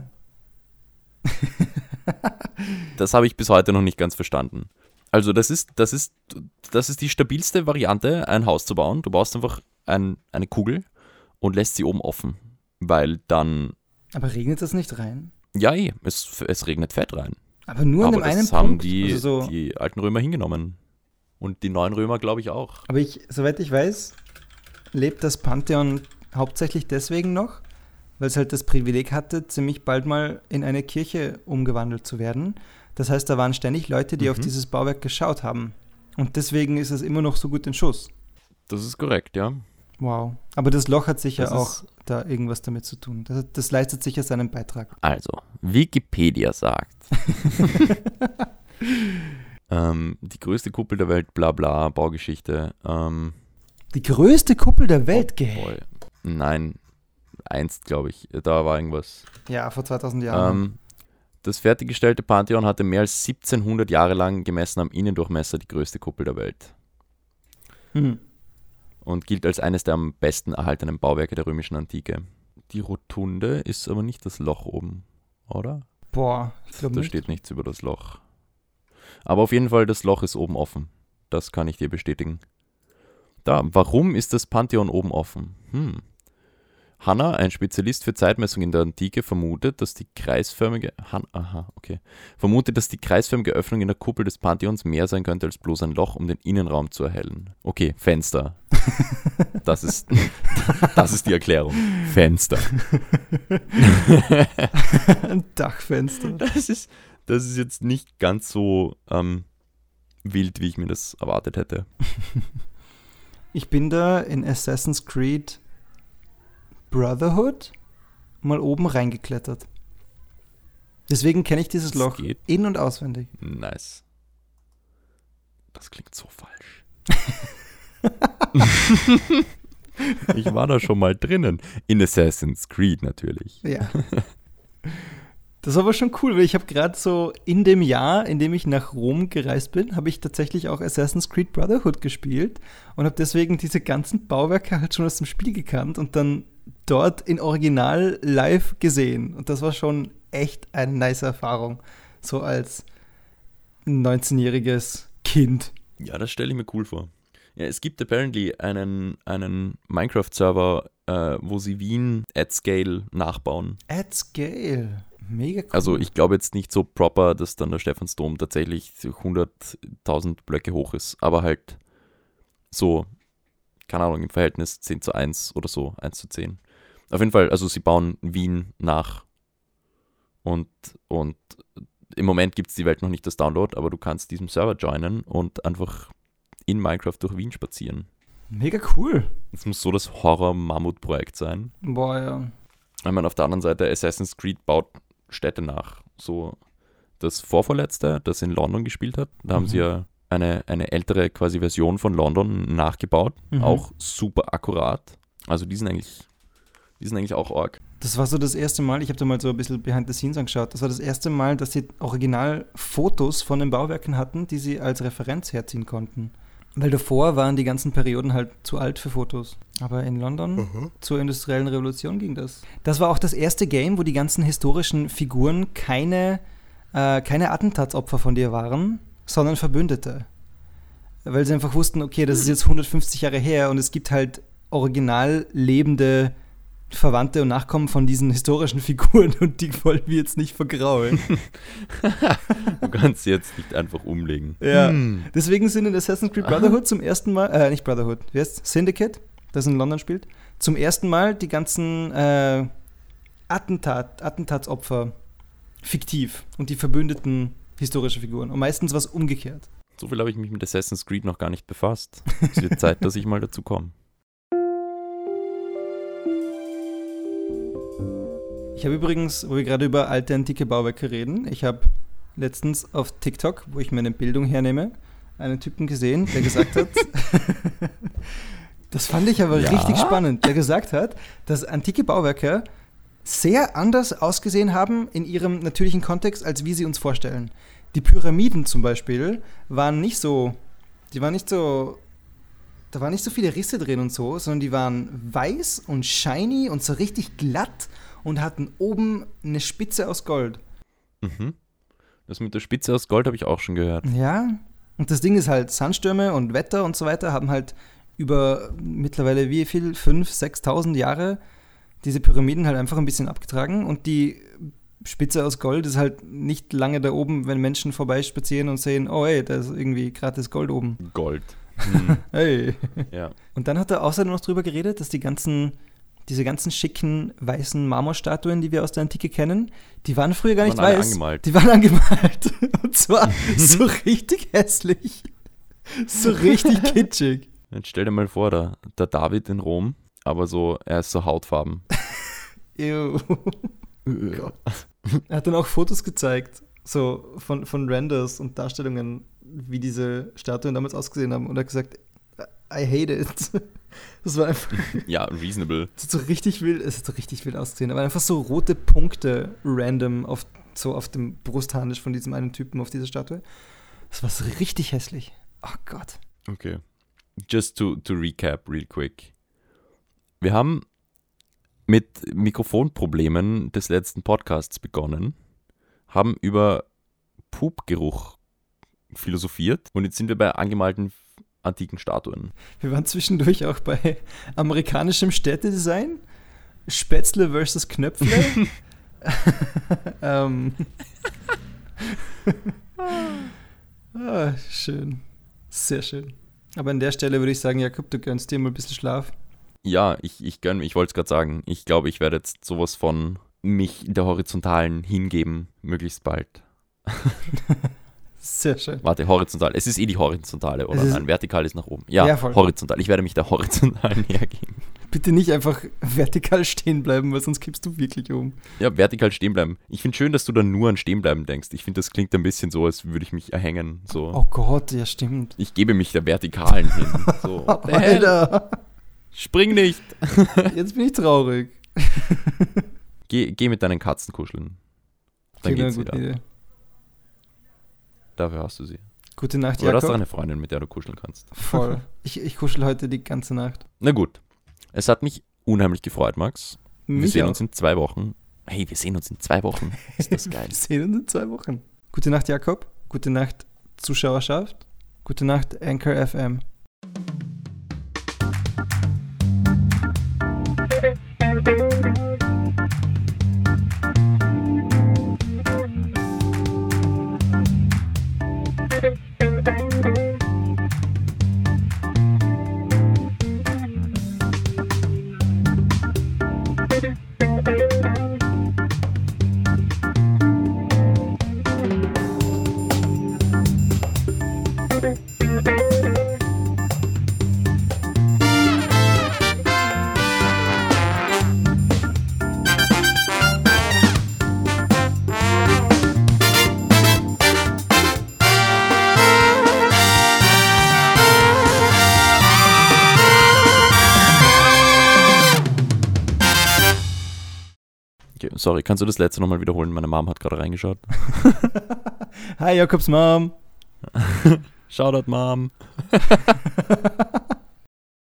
Das habe ich bis heute noch nicht ganz verstanden. Also das ist die stabilste Variante, ein Haus zu bauen. Du baust einfach eine Kugel und lässt sie oben offen, weil dann... Aber regnet das nicht rein? Ja, es regnet fett rein. Aber nur an dem einen Punkt. Aber das haben Punkt? die alten Römer hingenommen. Und die neuen Römer, glaube ich, auch. Aber soweit ich weiß, lebt das Pantheon hauptsächlich deswegen noch, weil es halt das Privileg hatte, ziemlich bald mal in eine Kirche umgewandelt zu werden. Das heißt, da waren ständig Leute, die auf dieses Bauwerk geschaut haben. Und deswegen ist es immer noch so gut in Schuss. Das ist korrekt, ja. Wow. Aber das Loch hat sicher Das auch ist- da irgendwas damit zu tun. Das leistet sicher seinen Beitrag. Also, Wikipedia sagt, die größte Kuppel der Welt, bla bla, Baugeschichte. Die größte Kuppel der Welt, Boy. Nein, einst, glaube ich. Da war irgendwas. Ja, vor 2000 Jahren. Das fertiggestellte Pantheon hatte mehr als 1700 Jahre lang gemessen am Innendurchmesser die größte Kuppel der Welt und gilt als eines der am besten erhaltenen Bauwerke der römischen Antike. Die Rotunde ist aber nicht das Loch oben, oder? Boah, ich glaube Da nicht. steht nichts über das Loch. Aber auf jeden Fall, das Loch ist oben offen. Das kann ich dir bestätigen. Warum ist das Pantheon oben offen? Hanna, ein Spezialist für Zeitmessung in der Antike, vermutet, dass die kreisförmige Öffnung in der Kuppel des Pantheons mehr sein könnte als bloß ein Loch, um den Innenraum zu erhellen. Okay, Fenster. Das ist die Erklärung. Fenster. Ein Dachfenster. Das ist jetzt nicht ganz so wild, wie ich mir das erwartet hätte. Ich bin da in Assassin's Creed Brotherhood mal oben reingeklettert. Deswegen kenne ich dieses Das Loch geht. in- und auswendig. Nice. Das klingt so falsch. Ich war da schon mal drinnen. In Assassin's Creed natürlich. Ja. Das war aber schon cool, weil ich habe gerade so in dem Jahr, in dem ich nach Rom gereist bin, habe ich tatsächlich auch Assassin's Creed Brotherhood gespielt und habe deswegen diese ganzen Bauwerke halt schon aus dem Spiel gekannt und dann dort in Original live gesehen. Und das war schon echt eine nice Erfahrung, so als 19-jähriges Kind. Ja, das stelle ich mir cool vor. Ja, es gibt apparently einen Minecraft-Server, wo sie Wien at Scale nachbauen. At Scale. Mega cool. Also ich glaube jetzt nicht so proper, dass dann der Stephansdom tatsächlich 100.000 Blöcke hoch ist, aber halt so, keine Ahnung, im Verhältnis 10:1 oder so, 1:10. Auf jeden Fall, also sie bauen Wien nach und im Moment gibt es die Welt noch nicht das Download, aber du kannst diesem Server joinen und einfach in Minecraft durch Wien spazieren. Mega cool. Das muss so das Horror-Mammut-Projekt sein. Boah, ja. Ich meine, auf der anderen Seite, Assassin's Creed baut Städte nach. So das Vorvorletzte, das in London gespielt hat, da haben sie ja eine ältere quasi Version von London nachgebaut. Auch super akkurat. Also die sind eigentlich auch arg. Das war so das erste Mal, ich habe da mal so ein bisschen behind the scenes angeschaut, das war das erste Mal, dass sie original Fotos von den Bauwerken hatten, die sie als Referenz herziehen konnten. Weil davor waren die ganzen Perioden halt zu alt für Fotos. Aber in London zur industriellen Revolution ging das. Das war auch das erste Game, wo die ganzen historischen Figuren keine Attentatsopfer von dir waren, sondern Verbündete. Weil sie einfach wussten, okay, das ist jetzt 150 Jahre her und es gibt halt original lebende Verwandte und Nachkommen von diesen historischen Figuren und die wollen wir jetzt nicht vergraulen. Du kannst sie jetzt nicht einfach umlegen. Ja. Deswegen sind in Assassin's Creed Brotherhood zum ersten Mal, nicht Brotherhood, wie heißt Syndicate, das in London spielt, zum ersten Mal die ganzen Attentatsopfer fiktiv und die verbündeten historische Figuren. Und meistens was umgekehrt. So viel habe ich mich mit Assassin's Creed noch gar nicht befasst. Es wird Zeit, dass ich mal dazu komme. Ich habe übrigens, wo wir gerade über alte, antike Bauwerke reden, ich habe letztens auf TikTok, wo ich meine Bildung hernehme, einen Typen gesehen, der gesagt hat, das fand ich aber richtig spannend, der gesagt hat, dass antike Bauwerke sehr anders ausgesehen haben in ihrem natürlichen Kontext, als wie sie uns vorstellen. Die Pyramiden zum Beispiel da waren nicht so viele Risse drin und so, sondern die waren weiß und shiny und so richtig glatt und hatten oben eine Spitze aus Gold. Das mit der Spitze aus Gold habe ich auch schon gehört. Ja, und das Ding ist halt, Sandstürme und Wetter und so weiter haben halt über mittlerweile wie viel? 5.000, 6.000 Jahre diese Pyramiden halt einfach ein bisschen abgetragen und die Spitze aus Gold ist halt nicht lange da oben, wenn Menschen vorbeispazieren und sehen, oh ey, da ist irgendwie gerade das Gold oben. Gold. Hey. Ja. Und dann hat er außerdem noch drüber geredet, dass diese ganzen schicken weißen Marmorstatuen, die wir aus der Antike kennen, die waren früher gar nicht alle weiß. angemalt. Die waren angemalt. Und zwar so richtig hässlich. So richtig kitschig. Jetzt stell dir mal vor, der David in Rom, aber so, er ist so hautfarben. Ew. Gott. Er hat dann auch Fotos gezeigt, so von Renders und Darstellungen, wie diese Statuen damals ausgesehen haben. Und er hat gesagt, I hate it. Das war einfach... Ja, reasonable. Es hat so richtig wild ausgesehen. Aber einfach so rote Punkte random auf dem Brustharnisch von diesem einen Typen auf dieser Statue. Das war so richtig hässlich. Oh Gott. Okay. Just to recap real quick. Wir haben mit Mikrofonproblemen des letzten Podcasts begonnen, haben über Pupgeruch philosophiert und jetzt sind wir bei angemalten antiken Statuen. Wir waren zwischendurch auch bei amerikanischem Städtedesign, Spätzle versus Knöpfle. Schön. Sehr schön. Aber an der Stelle würde ich sagen, Jakob, du gönnst dir mal ein bisschen Schlaf. Ja, ich gönne mich, ich wollte es gerade sagen. Ich glaube, ich werde jetzt sowas von mich der Horizontalen hingeben, möglichst bald. Sehr schön. Warte, horizontal. Es ist die Horizontale, oder? Nein, vertikal ist nach oben. Ja, voll. Horizontal. Ich werde mich der Horizontalen hergeben. Bitte nicht einfach vertikal stehen bleiben, weil sonst kippst du wirklich um. Ja, vertikal stehen bleiben. Ich finde schön, dass du dann nur an stehen bleiben denkst. Ich finde, das klingt ein bisschen so, als würde ich mich erhängen. So. Oh Gott, ja stimmt. Ich gebe mich der Vertikalen hin. So. Alter. Spring nicht. Jetzt bin ich traurig. Geh mit deinen Katzen kuscheln. Dann geht's wieder. Idee. Dafür hast du sie. Gute Nacht, Jakob. Oder hast du eine Freundin, mit der du kuscheln kannst? Voll. Ich kuschel heute die ganze Nacht. Na gut. Es hat mich unheimlich gefreut, Max. Wir sehen uns in 2 Wochen. Hey, wir sehen uns in 2 Wochen. Ist das geil. Wir sehen uns in 2 Wochen. Gute Nacht, Jakob. Gute Nacht, Zuschauerschaft. Gute Nacht, Anchor FM. Sorry, kannst du das letzte nochmal wiederholen? Meine Mom hat gerade reingeschaut. Hi, Jakobs Mom. Shoutout, Mom.